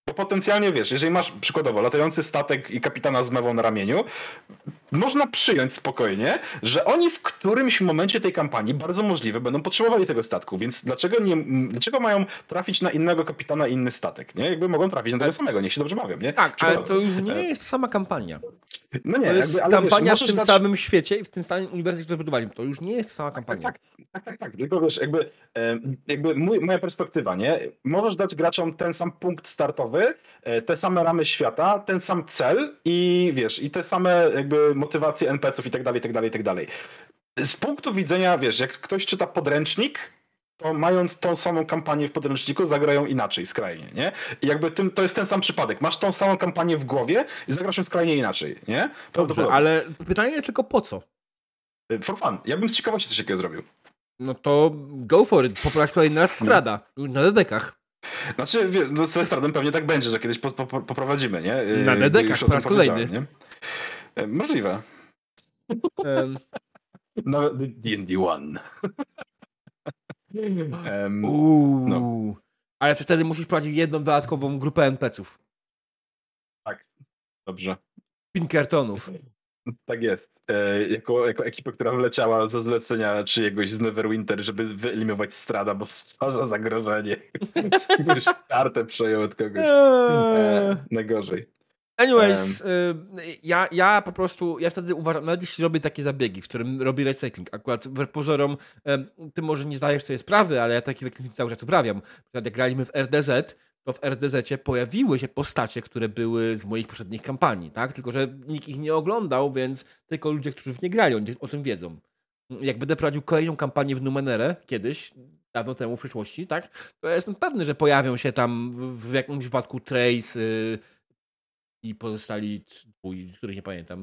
Bo potencjalnie, wiesz, jeżeli masz przykładowo latający statek i kapitana z mewą na ramieniu, można przyjąć spokojnie, że oni w którymś momencie tej kampanii bardzo możliwe będą potrzebowali tego statku, więc dlaczego nie, dlaczego mają trafić na innego kapitana i inny statek, nie? Jakby mogą trafić na tego samego, niech się dobrze bawią, nie? Tak, ale Przykładowo. to już nie jest sama kampania. No nie, To jest jakby, ale kampania wiesz, w tym dać... samym świecie i w tym samym uniwersum, który budowali. To już nie jest sama kampania. Tak, tak, tak, tak, tak. Tylko wiesz, jakby, jakby mój, moja perspektywa, nie? Możesz dać graczom ten sam punkt startowy, te same ramy świata, ten sam cel i wiesz, i te same jakby motywacje en pe ce ów i tak dalej, i tak dalej, i tak dalej. Z punktu widzenia, wiesz, jak ktoś czyta podręcznik, to mając tą samą kampanię w podręczniku, zagrają inaczej skrajnie, nie? I jakby tym, to jest ten sam przypadek. Masz tą samą kampanię w głowie i zagrasz ją skrajnie inaczej, nie? Dobrze, ale pytanie jest tylko po co? For fun. Ja bym z ciekawości coś takiego zrobił. No to go for it. Poprowadź kolejny raz Strada. Na dedekach. Znaczy, wie, no ze Stradem pewnie tak będzie, że kiedyś po, po, poprowadzimy, nie? Na dedekach po raz kolejny. Nie? Możliwe. Um. Nawet D and D jeden. um, Uuu. no. Ale wtedy musisz prowadzić jedną dodatkową grupę en pe ce ów. Tak. Dobrze. Pinkertonów. Tak jest. E, jako, jako ekipę, która wleciała ze zlecenia czyjegoś z Neverwinter, żeby wyeliminować Strada, bo stwarza zagrożenie. Już kartę przejął od kogoś. E, najgorzej. Anyways, um, ja, ja po prostu, ja wtedy uważam, nawet jeśli robię takie zabiegi, w którym robię recycling, akurat wbrew pozorom, um, ty może nie zdajesz sobie sprawy, ale ja taki recycling cały czas uprawiam. Na przykład jak graliśmy w er de zet, to w er de zecie pojawiły się postacie, które były z moich poprzednich kampanii, tak? Tylko że nikt ich nie oglądał, więc tylko ludzie, którzy w nie grają, o tym wiedzą. Jak będę prowadził kolejną kampanię w Numenere kiedyś, dawno temu w przyszłości, tak? To ja jestem pewny, że pojawią się tam w jakimś wypadku Trace, yy, i pozostali twój, których nie pamiętam.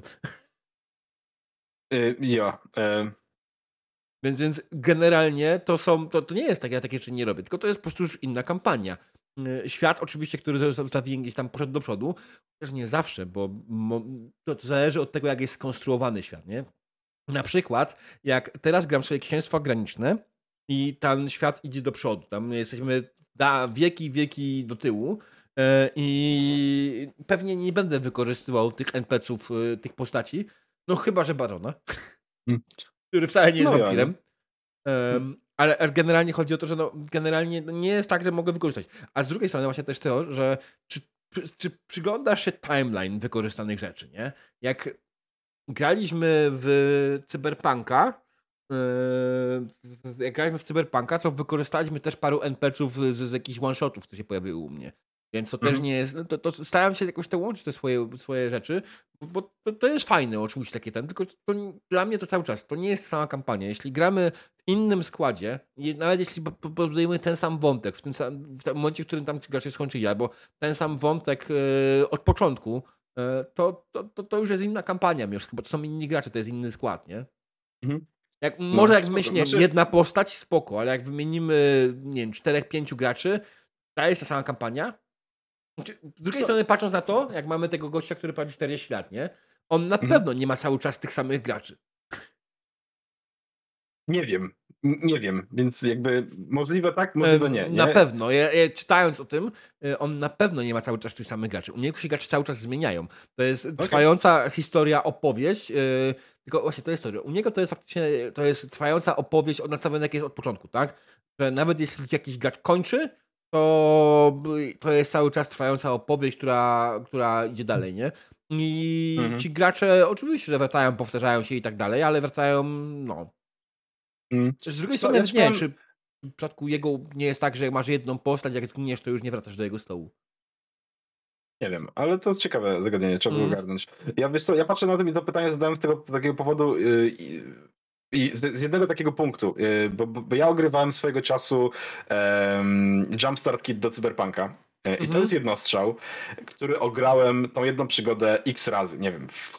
Y, ja. Y. Więc, więc generalnie to są, to, to nie jest tak, ja takie rzeczy nie robię, tylko to jest po prostu już inna kampania. Świat oczywiście, który zawinił gdzieś tam poszedł do przodu, też nie zawsze, bo to, to zależy od tego, jak jest skonstruowany świat, nie? Na przykład, jak teraz gram sobie księstwa graniczne i ten świat idzie do przodu, tam jesteśmy da wieki, wieki do tyłu, i pewnie nie będę wykorzystywał tych en pe ce ów, tych postaci, no chyba, że Barona, hmm. który wcale nie jest no wampirem. Ja, um, ale generalnie chodzi o to, że no, generalnie nie jest tak, że mogę wykorzystać. A z drugiej strony właśnie też to, że czy, czy, czy przyglądasz się timeline wykorzystanych rzeczy, nie? Jak graliśmy w Cyberpunka, yy, jak graliśmy w Cyberpunka, to wykorzystaliśmy też paru en pe ce ów z, z jakichś one-shotów, które się pojawiły u mnie. Więc to mm. też nie jest. To, to staram się jakoś to łączyć te swoje, swoje rzeczy, bo, bo to, to jest fajne oczywiście takie ten, tylko to, dla mnie to cały czas, to nie jest sama kampania. Jeśli gramy w innym składzie, nawet jeśli podejmujemy ten sam wątek, w tym, sam, w tym momencie, w którym tam gracze skończyli, albo ten sam wątek yy, od początku, yy, to, to, to, to już jest inna kampania, już chyba to są inni gracze, to jest inny skład, nie? Mm. Jak, no, może jak myślę, znaczy... jedna postać, spoko, ale jak wymienimy, nie wiem, czterech, pięciu graczy, to jest ta sama kampania. Z drugiej Co? strony, patrząc na to, jak mamy tego gościa, który prowadzi czterdzieści lat, nie? On na mhm. pewno nie ma cały czas tych samych graczy. Nie wiem. Nie wiem, więc jakby możliwe tak, możliwe nie. nie? Na pewno. Ja, ja, czytając o tym, on na pewno nie ma cały czas tych samych graczy. U niego się gracze cały czas zmieniają. To jest okay. trwająca historia, opowieść. Yy, tylko właśnie to jest to, że u niego to jest faktycznie to jest trwająca opowieść, na cały jak jest od początku, tak? Że nawet jeśli jakiś gracz kończy, to, to jest cały czas trwająca opowieść, która, która idzie dalej, nie? I mhm. ci gracze oczywiście, że wracają, powtarzają się i tak dalej, ale wracają, no. Mhm. Z drugiej strony, ja nie wiem, czy w przypadku jego nie jest tak, że jak masz jedną postać, jak zginiesz, to już nie wracasz do jego stołu. Nie wiem, ale to jest ciekawe zagadnienie, trzeba było mm. ogarnąć. Ja, wiesz co, ja patrzę na to i to pytanie zadałem z tego takiego powodu, yy, yy, I z jednego takiego punktu, bo, bo ja ogrywałem swojego czasu um, Jumpstart Kit do Cyberpunka i mhm. to jest jednostrzał, który ograłem tą jedną przygodę x razy, nie wiem,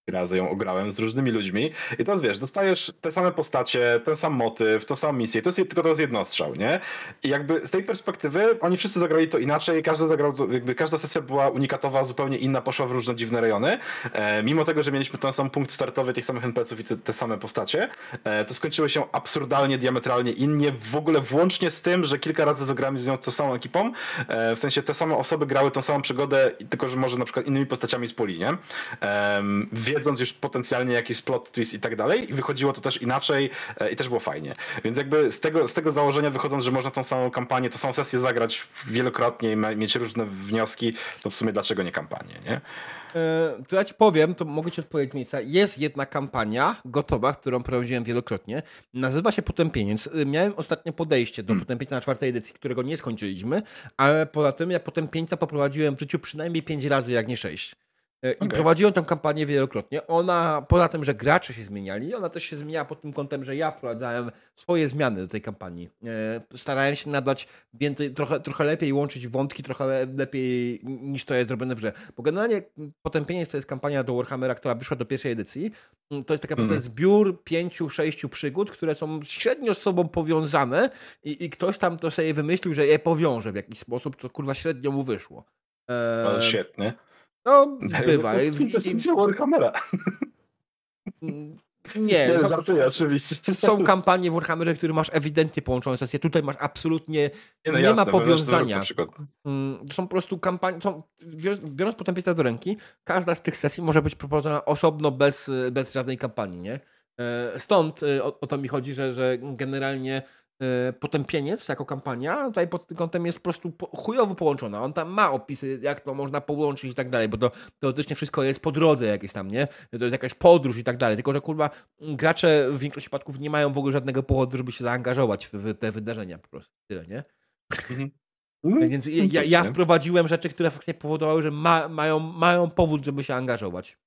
razy ją ograłem z różnymi ludźmi i teraz wiesz, dostajesz te same postacie, ten sam motyw, tą samą misję, to jest, tylko to jest jednostrzał, nie? I jakby z tej perspektywy oni wszyscy zagrali to inaczej, każdy zagrał, jakby każda sesja była unikatowa, zupełnie inna, poszła w różne dziwne rejony. E, mimo tego, że mieliśmy ten sam punkt startowy tych samych en pe ce ów i te, te same postacie, e, to skończyło się absurdalnie, diametralnie innie, w ogóle włącznie z tym, że kilka razy zagrałem z nią tą samą ekipą, e, w sensie te same osoby grały tą samą przygodę, tylko że może na przykład innymi postaciami z puli, nie? E, wiedząc już potencjalnie jakiś plot twist i tak dalej, i wychodziło to też inaczej e, i też było fajnie. Więc jakby z tego, z tego założenia wychodząc, że można tą samą kampanię, tą samą sesję zagrać wielokrotnie i ma, mieć różne wnioski, to w sumie dlaczego nie kampanię, nie? Yy, to ja ci powiem, to mogę ci odpowiedzieć miejsca. Jest jedna kampania gotowa, którą prowadziłem wielokrotnie. Nazywa się Potępieniec. Yy, Miałem ostatnio podejście do Hmm. Potępieńca na czwartej edycji, którego nie skończyliśmy, ale poza tym ja Potępieńca poprowadziłem w życiu przynajmniej pięć razy, jak nie sześć. Yy, I Okej. prowadziłem tę kampanię wielokrotnie. Ona, poza tym, że gracze się zmieniali, ona też się zmieniała pod tym kątem, że ja wprowadzałem swoje zmiany do tej kampanii. Yy, Starałem się nadać więcej, trochę, trochę lepiej łączyć wątki, trochę lepiej niż to jest zrobione w grze. Bo generalnie Potępieniec to jest kampania do Warhammera, która wyszła do pierwszej edycji. To jest tak naprawdę Mhm. zbiór pięciu, sześciu przygód, które są średnio z sobą powiązane i, i ktoś tam to sobie wymyślił, że je powiąże w jakiś sposób, to kurwa średnio mu wyszło. Ale Eee, świetnie. no, To bywa. jest I- i- kwintesencja Warhammera. Nie, Nie, są, żartuję są, oczywiście. są kampanie w Warhammerze, w których masz ewidentnie połączone sesje. Tutaj masz absolutnie, Nie, no nie jasne, ma we Weszterze powiązania. na przykład. Mm, To są po prostu kampanie, są, bior- biorąc Potępieńca do ręki, każda z tych sesji może być prowadzona osobno, bez, bez żadnej kampanii, nie? E, Stąd e, o, o to mi chodzi, że, że generalnie e, Potępieniec jako kampania tutaj pod tym kątem jest po prostu po, chujowo połączona. On tam ma opisy, jak to można połączyć i tak dalej, bo to teoretycznie wszystko jest po drodze jakieś tam, nie? To jest jakaś podróż i tak dalej, tylko że kurwa gracze w większości przypadków nie mają w ogóle żadnego powodu, żeby się zaangażować w, w te wydarzenia po prostu. Tyle, nie? Mhm. Mm, Więc ja, ja, ja wprowadziłem rzeczy, które faktycznie powodowały, że ma, mają, mają powód, żeby się angażować.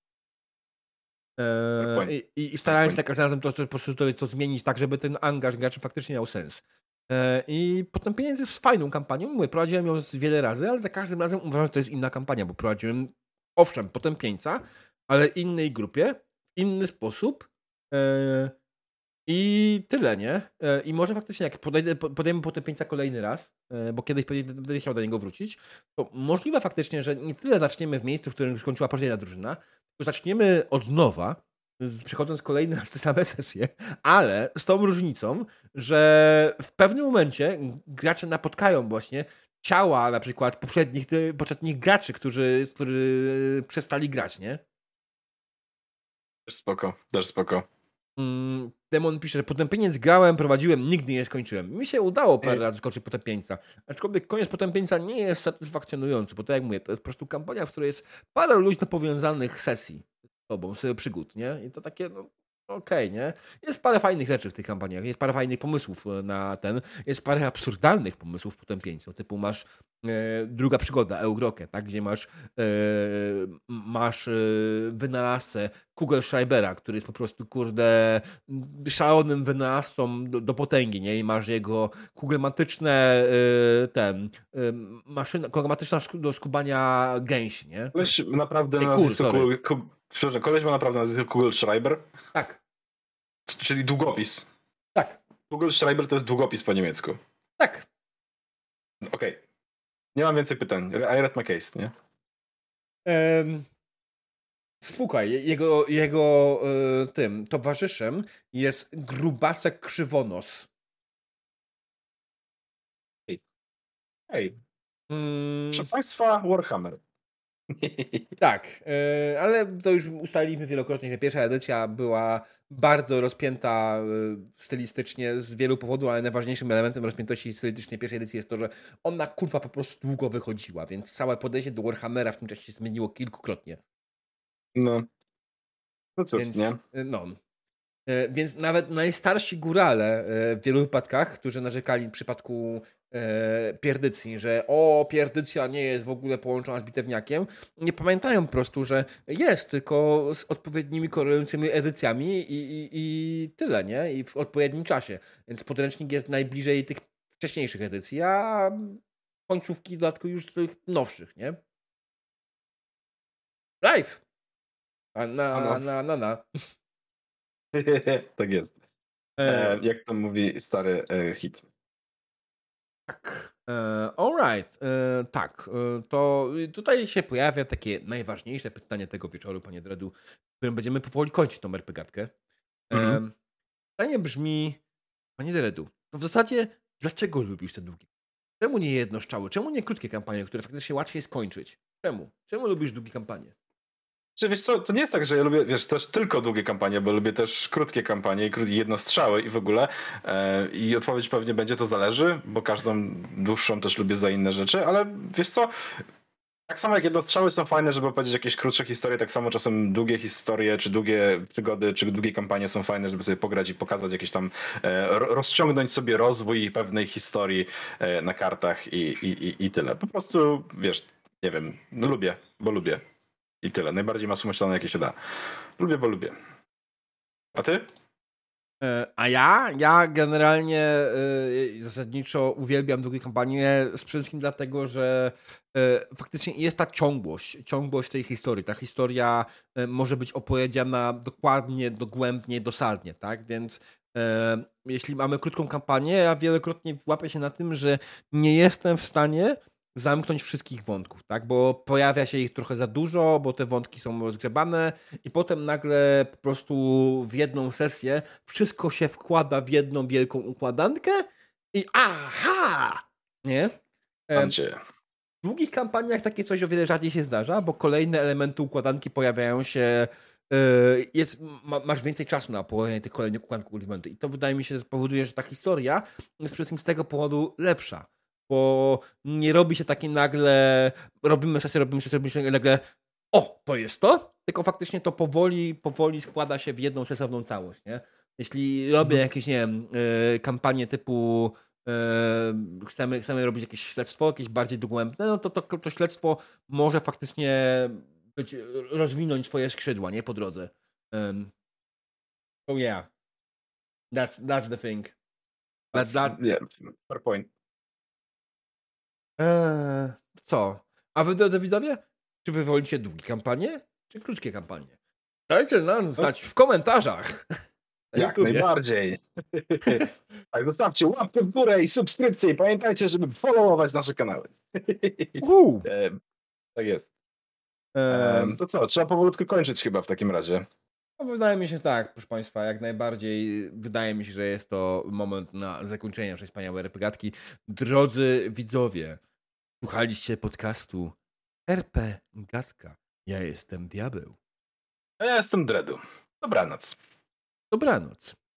Eee, i, I starałem się za każdym razem to, to, po prostu to, to zmienić tak, żeby ten angaż graczy faktycznie miał sens. Eee, I potem pieniądze jest fajną kampanią. Mówię, prowadziłem ją z wiele razy, ale za każdym razem uważam, że to jest inna kampania, bo prowadziłem, owszem, potępieńca, ale innej grupie, w inny sposób. Eee, I tyle, nie? E, I może faktycznie jak podejdę, po- podejmę potępieńca kolejny raz, e, bo kiedyś pewnie będę chciał do niego wrócić, to możliwe faktycznie, że nie tyle zaczniemy w miejscu, w którym skończyła poprzednia drużyna, tylko zaczniemy od nowa, z- przechodząc kolejny raz te same sesje, ale z tą różnicą, że w pewnym momencie gracze napotkają właśnie ciała na przykład poprzednich, poprzednich graczy, którzy, którzy przestali grać, nie? Też spoko, też spoko. Mm, Demon pisze, że Potępieniec grałem, prowadziłem, nigdy nie skończyłem. Mi się udało parę Ej. razy skoczyć Potępieńca. Aczkolwiek koniec Potępieńca nie jest satysfakcjonujący, bo tak jak mówię, to jest po prostu kampania, w której jest parę luźno powiązanych sesji z tobą, z przygód, nie? I to takie, no okej, nie? Jest parę fajnych rzeczy w tych kampaniach, jest parę fajnych pomysłów e, na ten, jest parę absurdalnych pomysłów Potępieńców, typu masz e, druga przygoda, Eurokę, tak? Gdzie masz e, masz e, wynalazcę Kugelschreibera, który jest po prostu, kurde, szalonym wynalazcą do, do potęgi, nie? I masz jego kugelmatyczne y, ten, y, maszyna, kugelmatyczna szk- do skubania gęsi, nie? Koleś naprawdę Ej, na kur, nazwisko sorry. Kugel, Kug, przepraszam, koleś ma naprawdę na nazwisko Kugelschreiber, Tak, czyli długopis. tak, Kugelschreiber to jest długopis po niemiecku. tak. Okej. Nie mam więcej pytań. I read my case, nie? Em, Słuchaj, jego, jego y, tym towarzyszem jest grubasek krzywonos. Ej, Mm, proszę Państwa, Warhammer. Tak, yy, ale to już ustaliliśmy wielokrotnie, że pierwsza edycja była bardzo rozpięta yy, stylistycznie z wielu powodów, ale najważniejszym elementem rozpiętości stylistycznej pierwszej edycji jest to, że ona kurwa po prostu długo wychodziła, więc całe podejście do Warhammera w tym czasie się zmieniło kilkukrotnie. No. No cóż, Więc, nie? yy, no. Yy, Więc nawet najstarsi górale yy, w wielu wypadkach, którzy narzekali w przypadku yy, pierdycji, że o, pierdycja nie jest w ogóle połączona z bitewniakiem, nie pamiętają po prostu, że jest, tylko z odpowiednimi korelującymi edycjami i, i, i tyle, nie? I w odpowiednim czasie. Więc podręcznik jest najbliżej tych wcześniejszych edycji, a końcówki w dodatku już tych nowszych, nie? Live! A na, Ano. na, na, na. Tak jest. E, E, jak to mówi stary e, hit. tak. E, alright. E, tak. E, to tutaj się pojawia takie najważniejsze pytanie tego wieczoru, panie Dredu, w którym będziemy powoli kończyć tą er pe gatkę. E, Mhm. Pytanie brzmi, panie Dredu, to w zasadzie dlaczego lubisz te długie? Czemu nie jednostrzały? Czemu nie krótkie kampanie, które faktycznie łatwiej skończyć? Czemu? Czemu lubisz długie kampanie? Czy wiesz co, to nie jest tak, że ja lubię, wiesz, też tylko długie kampanie, bo lubię też krótkie kampanie i krótkie jednostrzały i w ogóle. E, I odpowiedź pewnie będzie, to zależy, bo każdą dłuższą też lubię za inne rzeczy, ale wiesz co, tak samo jak jednostrzały są fajne, żeby opowiedzieć jakieś krótsze historie, tak samo czasem długie historie, czy długie przygody, czy długie kampanie są fajne, żeby sobie pograć i pokazać jakieś tam, e, ro- rozciągnąć sobie rozwój pewnej historii e, na kartach i, i, i, i tyle. Po prostu, wiesz, nie wiem, no lubię, bo lubię. I tyle. Najbardziej masomyślane, jakie się da. Lubię, bo lubię. A ty? E, A ja? Ja generalnie e, zasadniczo uwielbiam długie kampanie, z przede wszystkim dlatego, że e, faktycznie jest ta ciągłość, ciągłość tej historii. Ta historia e, może być opowiedziana dokładnie, dogłębnie, dosadnie, tak? Więc e, jeśli mamy krótką kampanię, ja wielokrotnie łapię się na tym, że nie jestem w stanie zamknąć wszystkich wątków, tak? Bo pojawia się ich trochę za dużo, bo te wątki są rozgrzebane i potem nagle po prostu w jedną sesję wszystko się wkłada w jedną wielką układankę i aha! Nie? Tam Em, cię. W długich kampaniach takie coś o wiele rzadziej się zdarza, bo kolejne elementy układanki pojawiają się. e, Jest, ma, masz więcej czasu na położenie tych kolejnych układanków elementy. I to wydaje mi się, że powoduje, że ta historia jest przede wszystkim z tego powodu lepsza. Bo nie robi się takie nagle, robimy sesję, robimy sesję, robimy sesję, i nagle o, to jest to, tylko faktycznie to powoli, powoli składa się w jedną sensowną całość, nie? Jeśli robię Mhm. jakieś, nie wiem, e, kampanie typu e, chcemy, chcemy robić jakieś śledztwo, jakieś bardziej dogłębne, no to, to to śledztwo może faktycznie być, rozwinąć swoje skrzydła, nie? Po drodze. Um, so yeah. That's, that's the thing. That, that, Yeah, fair point. Eee, co? A wy, drodzy widzowie? Czy wy wolicie długie kampanie, czy krótkie kampanie? Dajcie nam znać w komentarzach. Na Jak YouTubie. najbardziej. Tak, zostawcie łapkę w górę i subskrypcję i pamiętajcie, żeby followować nasze kanały. Uhu. E, tak jest. Ehm, E, to co, trzeba powolutku kończyć chyba w takim razie. no, wydaje mi się tak, proszę Państwa, jak najbardziej. Wydaje mi się, że jest to moment na zakończenie naszej wspaniałej er pe gatki. Drodzy widzowie, słuchaliście podcastu er pe Gatka. Ja jestem Diabeł. A ja jestem Dredu. Dobranoc. Dobranoc.